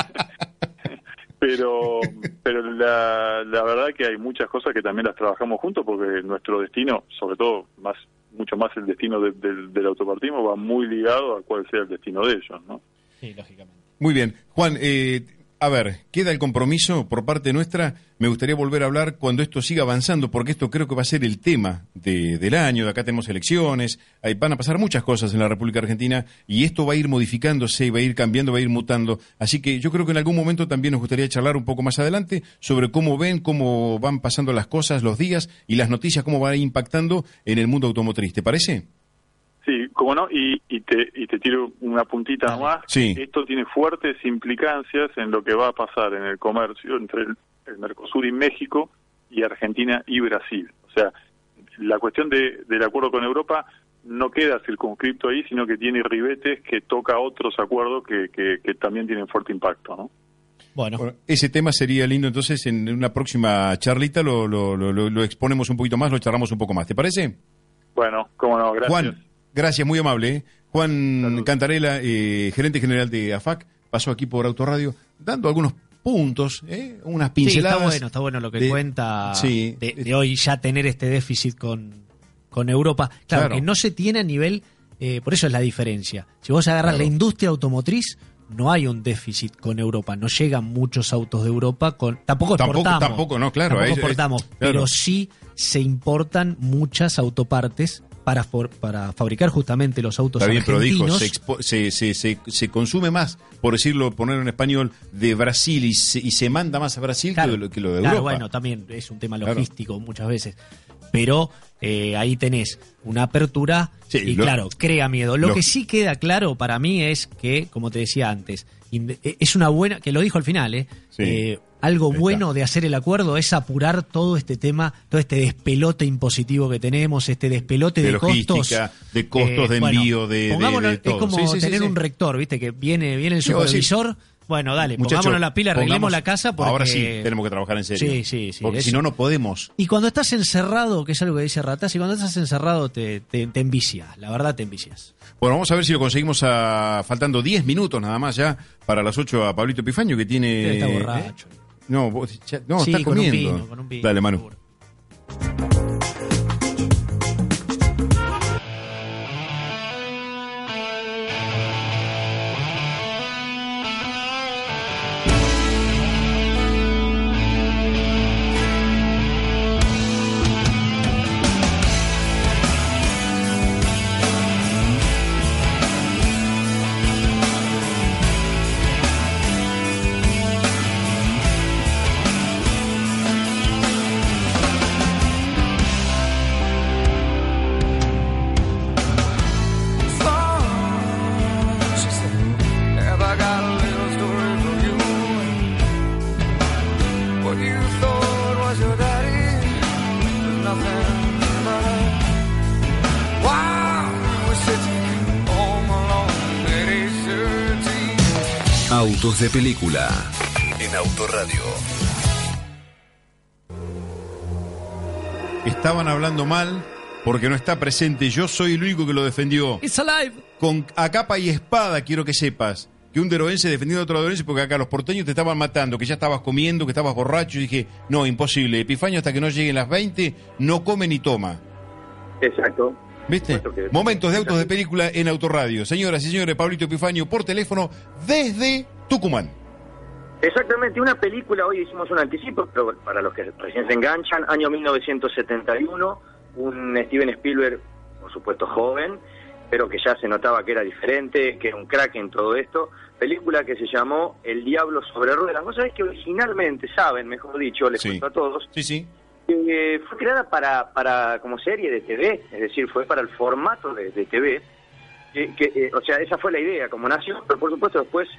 pero la verdad que hay muchas cosas que también las trabajamos juntos, porque nuestro destino, sobre todo mucho más el destino del autopartismo, va muy ligado a cuál sea el destino de ellos, ¿no? Sí, lógicamente. Muy bien. Juan, a ver, queda el compromiso por parte nuestra. Me gustaría volver a hablar cuando esto siga avanzando, porque esto creo que va a ser el tema del año. De acá tenemos elecciones, van a pasar muchas cosas en la República Argentina y esto va a ir modificándose, va a ir cambiando, va a ir mutando. Así que yo creo que en algún momento también nos gustaría charlar un poco más adelante sobre cómo ven, cómo van pasando las cosas, los días y las noticias, cómo van impactando en el mundo automotriz. ¿Te parece? Sí, cómo no, y te tiro una puntita más. Sí. Esto tiene fuertes implicancias en lo que va a pasar en el comercio entre el Mercosur y México y Argentina y Brasil. O sea, la cuestión del acuerdo con Europa no queda circunscripto ahí, sino que tiene ribetes que toca otros acuerdos que también tienen fuerte impacto, ¿no? Bueno, ese tema sería lindo, entonces en una próxima charlita lo exponemos un poquito más, lo charlamos un poco más. ¿Te parece? Bueno, cómo no, gracias. Juan, gracias, muy amable. Juan Salud. Cantarela, gerente general de AFAC, pasó aquí por Autoradio dando algunos puntos, unas pinceladas. Sí, está bueno lo que cuenta de hoy ya tener este déficit con Europa. Claro, que no se tiene a nivel, por eso es la diferencia. Si vos agarras la industria automotriz, no hay un déficit con Europa, no llegan muchos autos de Europa, tampoco exportamos. Tampoco, no, claro. Tampoco exportamos, pero sí se importan muchas autopartes para fabricar justamente los autos argentinos. Pero dijo, se consume más, por decirlo, ponerlo en español, de Brasil y se manda más a Brasil que lo de Europa. Bueno, también es un tema logístico muchas veces. pero ahí tenés una apertura y claro, crea miedo. Lo que sí queda claro para mí es que, como te decía antes, es una buena, que lo dijo al final, algo bueno de hacer el acuerdo es apurar todo este tema, todo este despelote impositivo que tenemos, este despelote de costos. De costos de envío, de todo. Es como tener un rector, ¿viste? Que viene el supervisor. Bueno, dale, pongámonos la pila, arreglemos la casa porque... Ahora sí, tenemos que trabajar en serio. Sí. Porque si no, no podemos. Y cuando estás encerrado, que es algo que dice Ratazzi, cuando estás encerrado te envicias, la verdad te envicias. Bueno, vamos a ver si lo conseguimos faltando 10 minutos nada más ya para las 8 a Pablito Epifanio, que tiene... Está borracho. No, sí, está comiendo. Con un vino. Dale, Manu. Autos de película en Autoradio. Estaban hablando mal porque no está presente. Yo soy el único que lo defendió. It's alive. A capa y espada, quiero que sepas. Que un deroense defendiendo a otro deroense porque acá los porteños te estaban matando, que ya estabas comiendo, que estabas borracho. Y dije, no, imposible. Epifanio hasta que no lleguen las 20 no come ni toma. Exacto. ¿Viste? Momentos de autos de película en Autoradio. Señoras y señores, Pablito Epifanio por teléfono desde Tucumán. Exactamente, una película, hoy hicimos un anticipo, pero para los que recién se enganchan, año 1971, un Steven Spielberg, por supuesto joven, pero que ya se notaba que era diferente, que era un crack en todo esto, película que se llamó El Diablo sobre Ruedas. Vos sabés que originalmente, mejor dicho, les cuento a todos, fue creada para como serie de TV, es decir, fue para el formato de TV, o sea, esa fue la idea, como nació, pero por supuesto después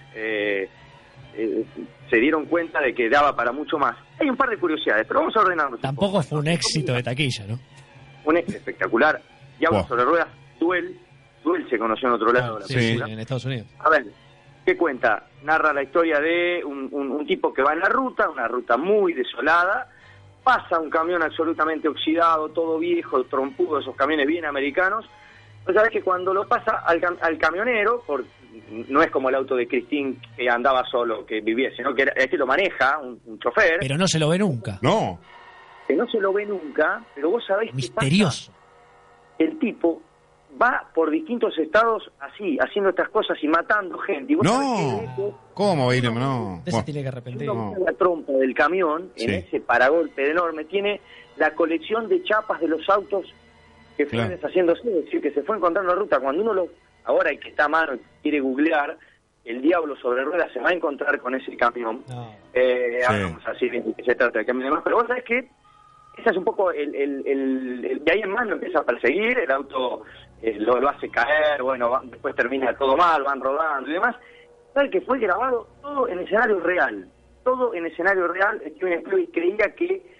se dieron cuenta de que daba para mucho más. Hay un par de curiosidades, pero vamos a ordenarnos. Tampoco fue un éxito de taquilla, ¿no? Un éxito espectacular. Diablo sobre Ruedas, Duel se conoció en otro lado de la película. Sí, en Estados Unidos. A ver, ¿qué cuenta? Narra la historia de un tipo que va en la ruta, una ruta muy desolada. Pasa un camión absolutamente oxidado, todo viejo, trompudo, esos camiones bien americanos. Pues sabes que cuando lo pasa al camionero, no es como el auto de Christine que andaba solo, que vivía, sino que este lo maneja un chofer. Pero no se lo ve nunca. No. Que no se lo ve nunca, pero vos sabés misterioso. Que el tipo va por distintos estados así, haciendo estas cosas y matando gente. Y vos sabés que ¿cómo va a ir? No. Ese tiene que arrepentir. La trompa del camión, en ese paragolpe enorme, tiene la colección de chapas de los autos que fue deshaciéndose, es decir, que se fue encontrando la ruta. Cuando uno ahora el que está a mano y quiere googlear El Diablo sobre Ruedas, se va a encontrar con ese camión. Hablamos así de que se trata del camión y demás, pero vos sabés que ese es un poco de ahí en más lo empieza a perseguir, el auto lo hace caer, bueno, después termina todo mal, van rodando y demás. ¿Sabes que fue grabado todo en escenario real? Todo en escenario real. Steven Spielberg creía que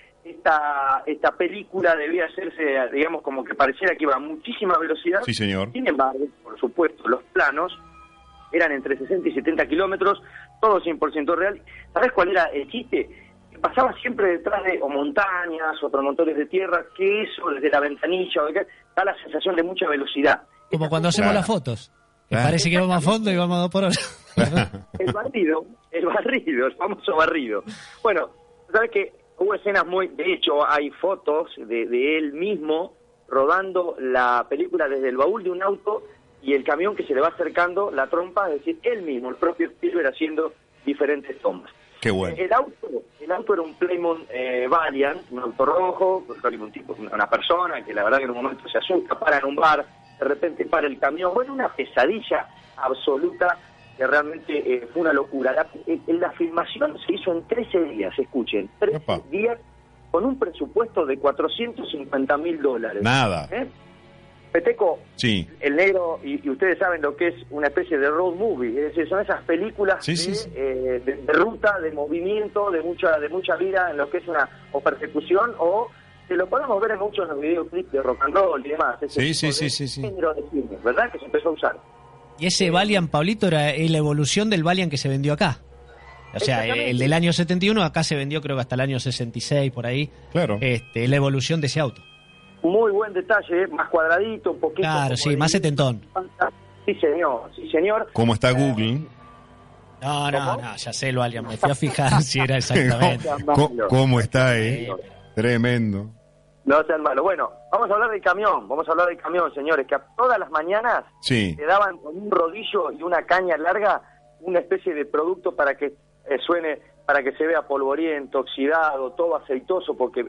esta película debía hacerse, digamos, como que pareciera que iba a muchísima velocidad. Sí, señor. Sin embargo, por supuesto, los planos eran entre 60 y 70 kilómetros, todo 100% real. ¿Sabes cuál era el chiste? Que pasaba siempre detrás de montañas o promontorios de tierra, que eso, desde la ventanilla, da la sensación de mucha velocidad. Como cuando hacemos las fotos. Que parece que vamos a fondo y vamos a 2 por hora. El barrido, el famoso barrido. Bueno, ¿sabes qué? Hubo escenas de hecho, hay fotos de él mismo rodando la película desde el baúl de un auto y el camión que se le va acercando la trompa, es decir, él mismo, el propio Spielberg, haciendo diferentes tomas. Qué bueno. El auto era un Plymouth Valiant, un auto rojo, una persona que la verdad que en un momento se asusta, para en un bar, de repente para el camión. Bueno, una pesadilla absoluta que realmente fue una locura. La filmación se hizo en 13 días, escuchen, 13 días con un presupuesto de $450.000. Nada. Peteco, sí. El negro, y ustedes saben lo que es una especie de road movie, es decir, son esas películas de ruta, de movimiento, de mucha vida en lo que es una o persecución, o que lo podemos ver en muchos de los videoclips de rock and roll y demás. Sí. Género de cine, ¿verdad? Que se empezó a usar. Y ese Valiant, Pablito, era la evolución del Valiant que se vendió acá. O sea, el del año 71 acá se vendió creo que hasta el año 66, por ahí. Claro. La evolución de ese auto. Muy buen detalle, más cuadradito, un poquito. Claro, sí, más setentón. Sí, señor. ¿Cómo está Google? No, ya sé el Valiant, me fui a fijar si era exactamente. ¿Cómo está, Tremendo. No sean malos. Bueno, vamos a hablar del camión, señores, que a todas las mañanas te daban con un rodillo y una caña larga una especie de producto para que suene, para que se vea polvoriento, oxidado, todo aceitoso, porque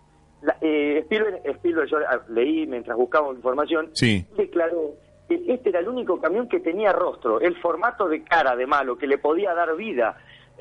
Spielberg, yo leí mientras buscábamos información, declaró que este era el único camión que tenía rostro, el formato de cara de malo, que le podía dar vida.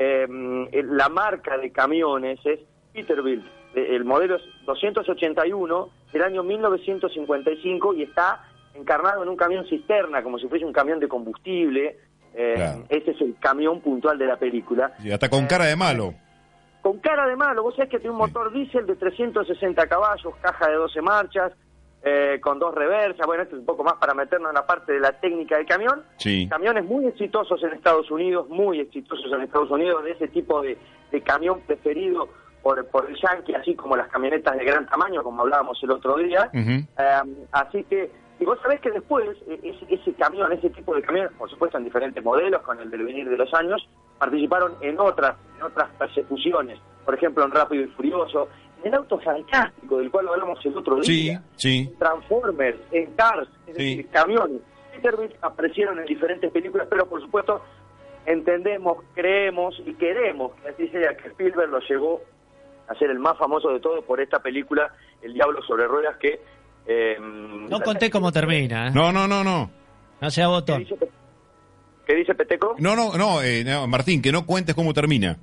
La marca de camiones es Peterbilt, el modelo es 281 del año 1955 y está encarnado en un camión cisterna, como si fuese un camión de combustible. Claro. Ese es el camión puntual de la película. Y hasta con cara de malo. Con cara de malo, vos sabés que tiene un motor diésel de 360 caballos, caja de 12 marchas, con 2 reversas. Bueno, esto es un poco más para meternos en la parte de la técnica del camión. Camiones muy exitosos en Estados Unidos, de ese tipo de camión preferido por el Yankee, así como las camionetas de gran tamaño, como hablábamos el otro día. Así que, y vos sabés que después, ese tipo de camiones, por supuesto en diferentes modelos, con el devenir de los años, participaron en otras persecuciones, por ejemplo en Rápido y Furioso, en el Auto Fantástico, del cual hablamos el otro día, en Transformers, en Cars, es decir, camiones. Peterbilt aparecieron en diferentes películas, pero por supuesto entendemos, creemos y queremos que así sea, que Spielberg lo llevó a ser el más famoso de todo por esta película, El Diablo sobre Ruedas, que... no conté cómo termina. No. No sea botón. ¿Qué dice Peteco? No, Martín, que no cuentes cómo termina.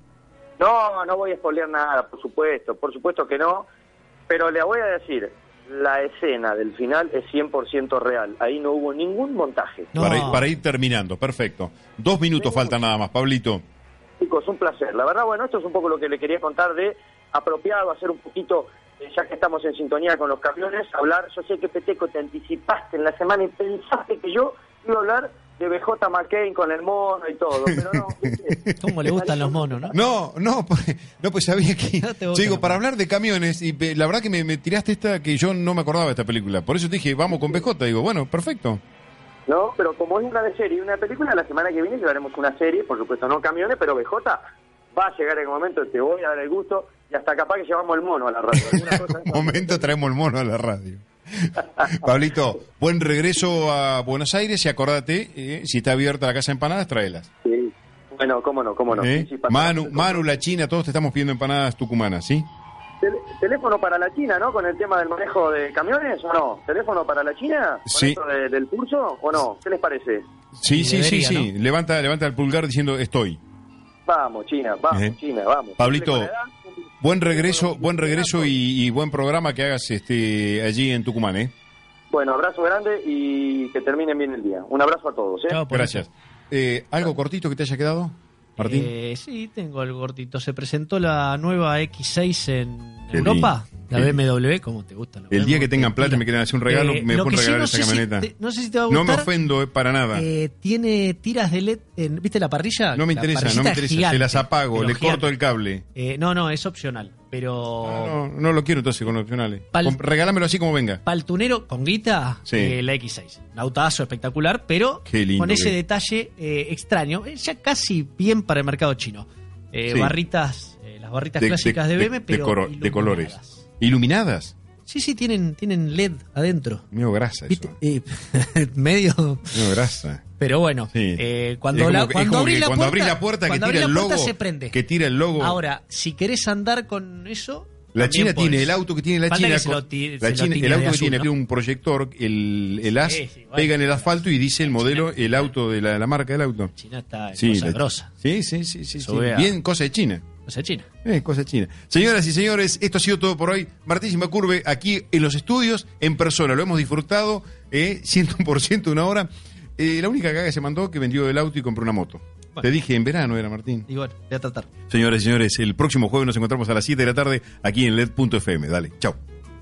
No voy a spoilear nada, por supuesto que no, pero le voy a decir, la escena del final es 100% real, ahí no hubo ningún montaje. No. Para ir terminando, perfecto. 2 minutos faltan nada más, Pablito. Chicos, un placer. La verdad, bueno, esto es un poco lo que le quería contar de apropiado, hacer un poquito, ya que estamos en sintonía con los camiones, hablar. Yo sé que Peteco te anticipaste en la semana y pensaste que yo iba a hablar de BJ McCain con el mono y todo, pero no. ¿Cómo le gustan los monos, no? No, pues sabía que... Yo digo, para hablar de camiones, y la verdad que me tiraste esta que yo no me acordaba de esta película. Por eso te dije, vamos con BJ. Digo, bueno, perfecto. No, pero como es una de serie y una película, la semana que viene llevaremos una serie, por supuesto no camiones, pero BJ va a llegar en un momento, te voy a dar el gusto, y hasta capaz que llevamos el mono a la radio. En un momento traemos el mono a la radio. Pablito, buen regreso a Buenos Aires y acordate, si está abierta la casa de empanadas, tráelas. Sí, bueno, cómo no. Sí, Manu, la China, todos te estamos pidiendo empanadas tucumanas, ¿sí? ¿Teléfono para la China, no? Con el tema del manejo de camiones, ¿o no? ¿Teléfono para la China? ¿Con esto del curso, o no? ¿Qué les parece? Sí. ¿No? Levanta el pulgar diciendo estoy. Vamos, China, vamos. Pablito, buen regreso y buen programa que hagas allí en Tucumán, ¿eh? Bueno, abrazo grande y que terminen bien el día. Un abrazo a todos, ¿eh? Chao, gracias. ¿Algo cortito que te haya quedado, Martín? Sí, tengo algo cortito. Se presentó la nueva X6 en Europa, la BMW, como te gusta. El día que tengan plata y me quieran hacer un regalo, me pueden regalar esa camioneta. No sé si te va a gustar. No me ofendo para nada. Tiene tiras de LED, ¿viste la parrilla? No me interesa, se las apago, le corto el cable. No, es opcional, pero... No lo quiero entonces con opcionales. Regálamelo así como venga. Paltunero con guita, la X6. Un autazo espectacular, pero con ese detalle extraño, ya casi bien para el mercado chino. Barritas, las barritas clásicas de BM, pero de colores. ¿Iluminadas? Sí, tienen LED adentro. Medio grasa eso. Medio grasa. Pero bueno, cuando abrís la puerta que tira el logo, se prende. Que tira el logo. Ahora, si querés andar con eso... La China tiene el auto que tiene la China. El auto que tiene un proyector, el as pega en el asfalto y dice el modelo, el auto de la marca del auto. China está en cosa grosa. Sí. Bien cosa de China. Cosa china. Cosa china. Señoras y señores, esto ha sido todo por hoy. Martín Simacurbe aquí en los estudios, en persona. Lo hemos disfrutado 100% una hora. La única cagada que se mandó que vendió el auto y compró una moto. Bueno. Te dije en verano era, Martín. Y bueno, voy a tratar. Señoras y señores, el próximo jueves nos encontramos a las 7 de la tarde aquí en LED.fm. Dale, chao.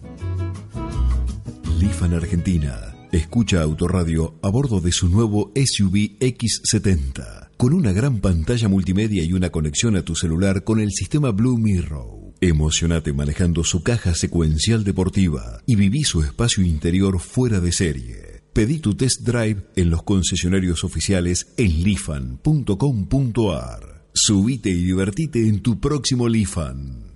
Lifan Argentina. Escucha Autoradio a bordo de su nuevo SUV X70. Con una gran pantalla multimedia y una conexión a tu celular con el sistema Blue Mirror. Emocionate manejando su caja secuencial deportiva y viví su espacio interior fuera de serie. Pedí tu test drive en los concesionarios oficiales en lifan.com.ar. Subite y divertite en tu próximo Lifan.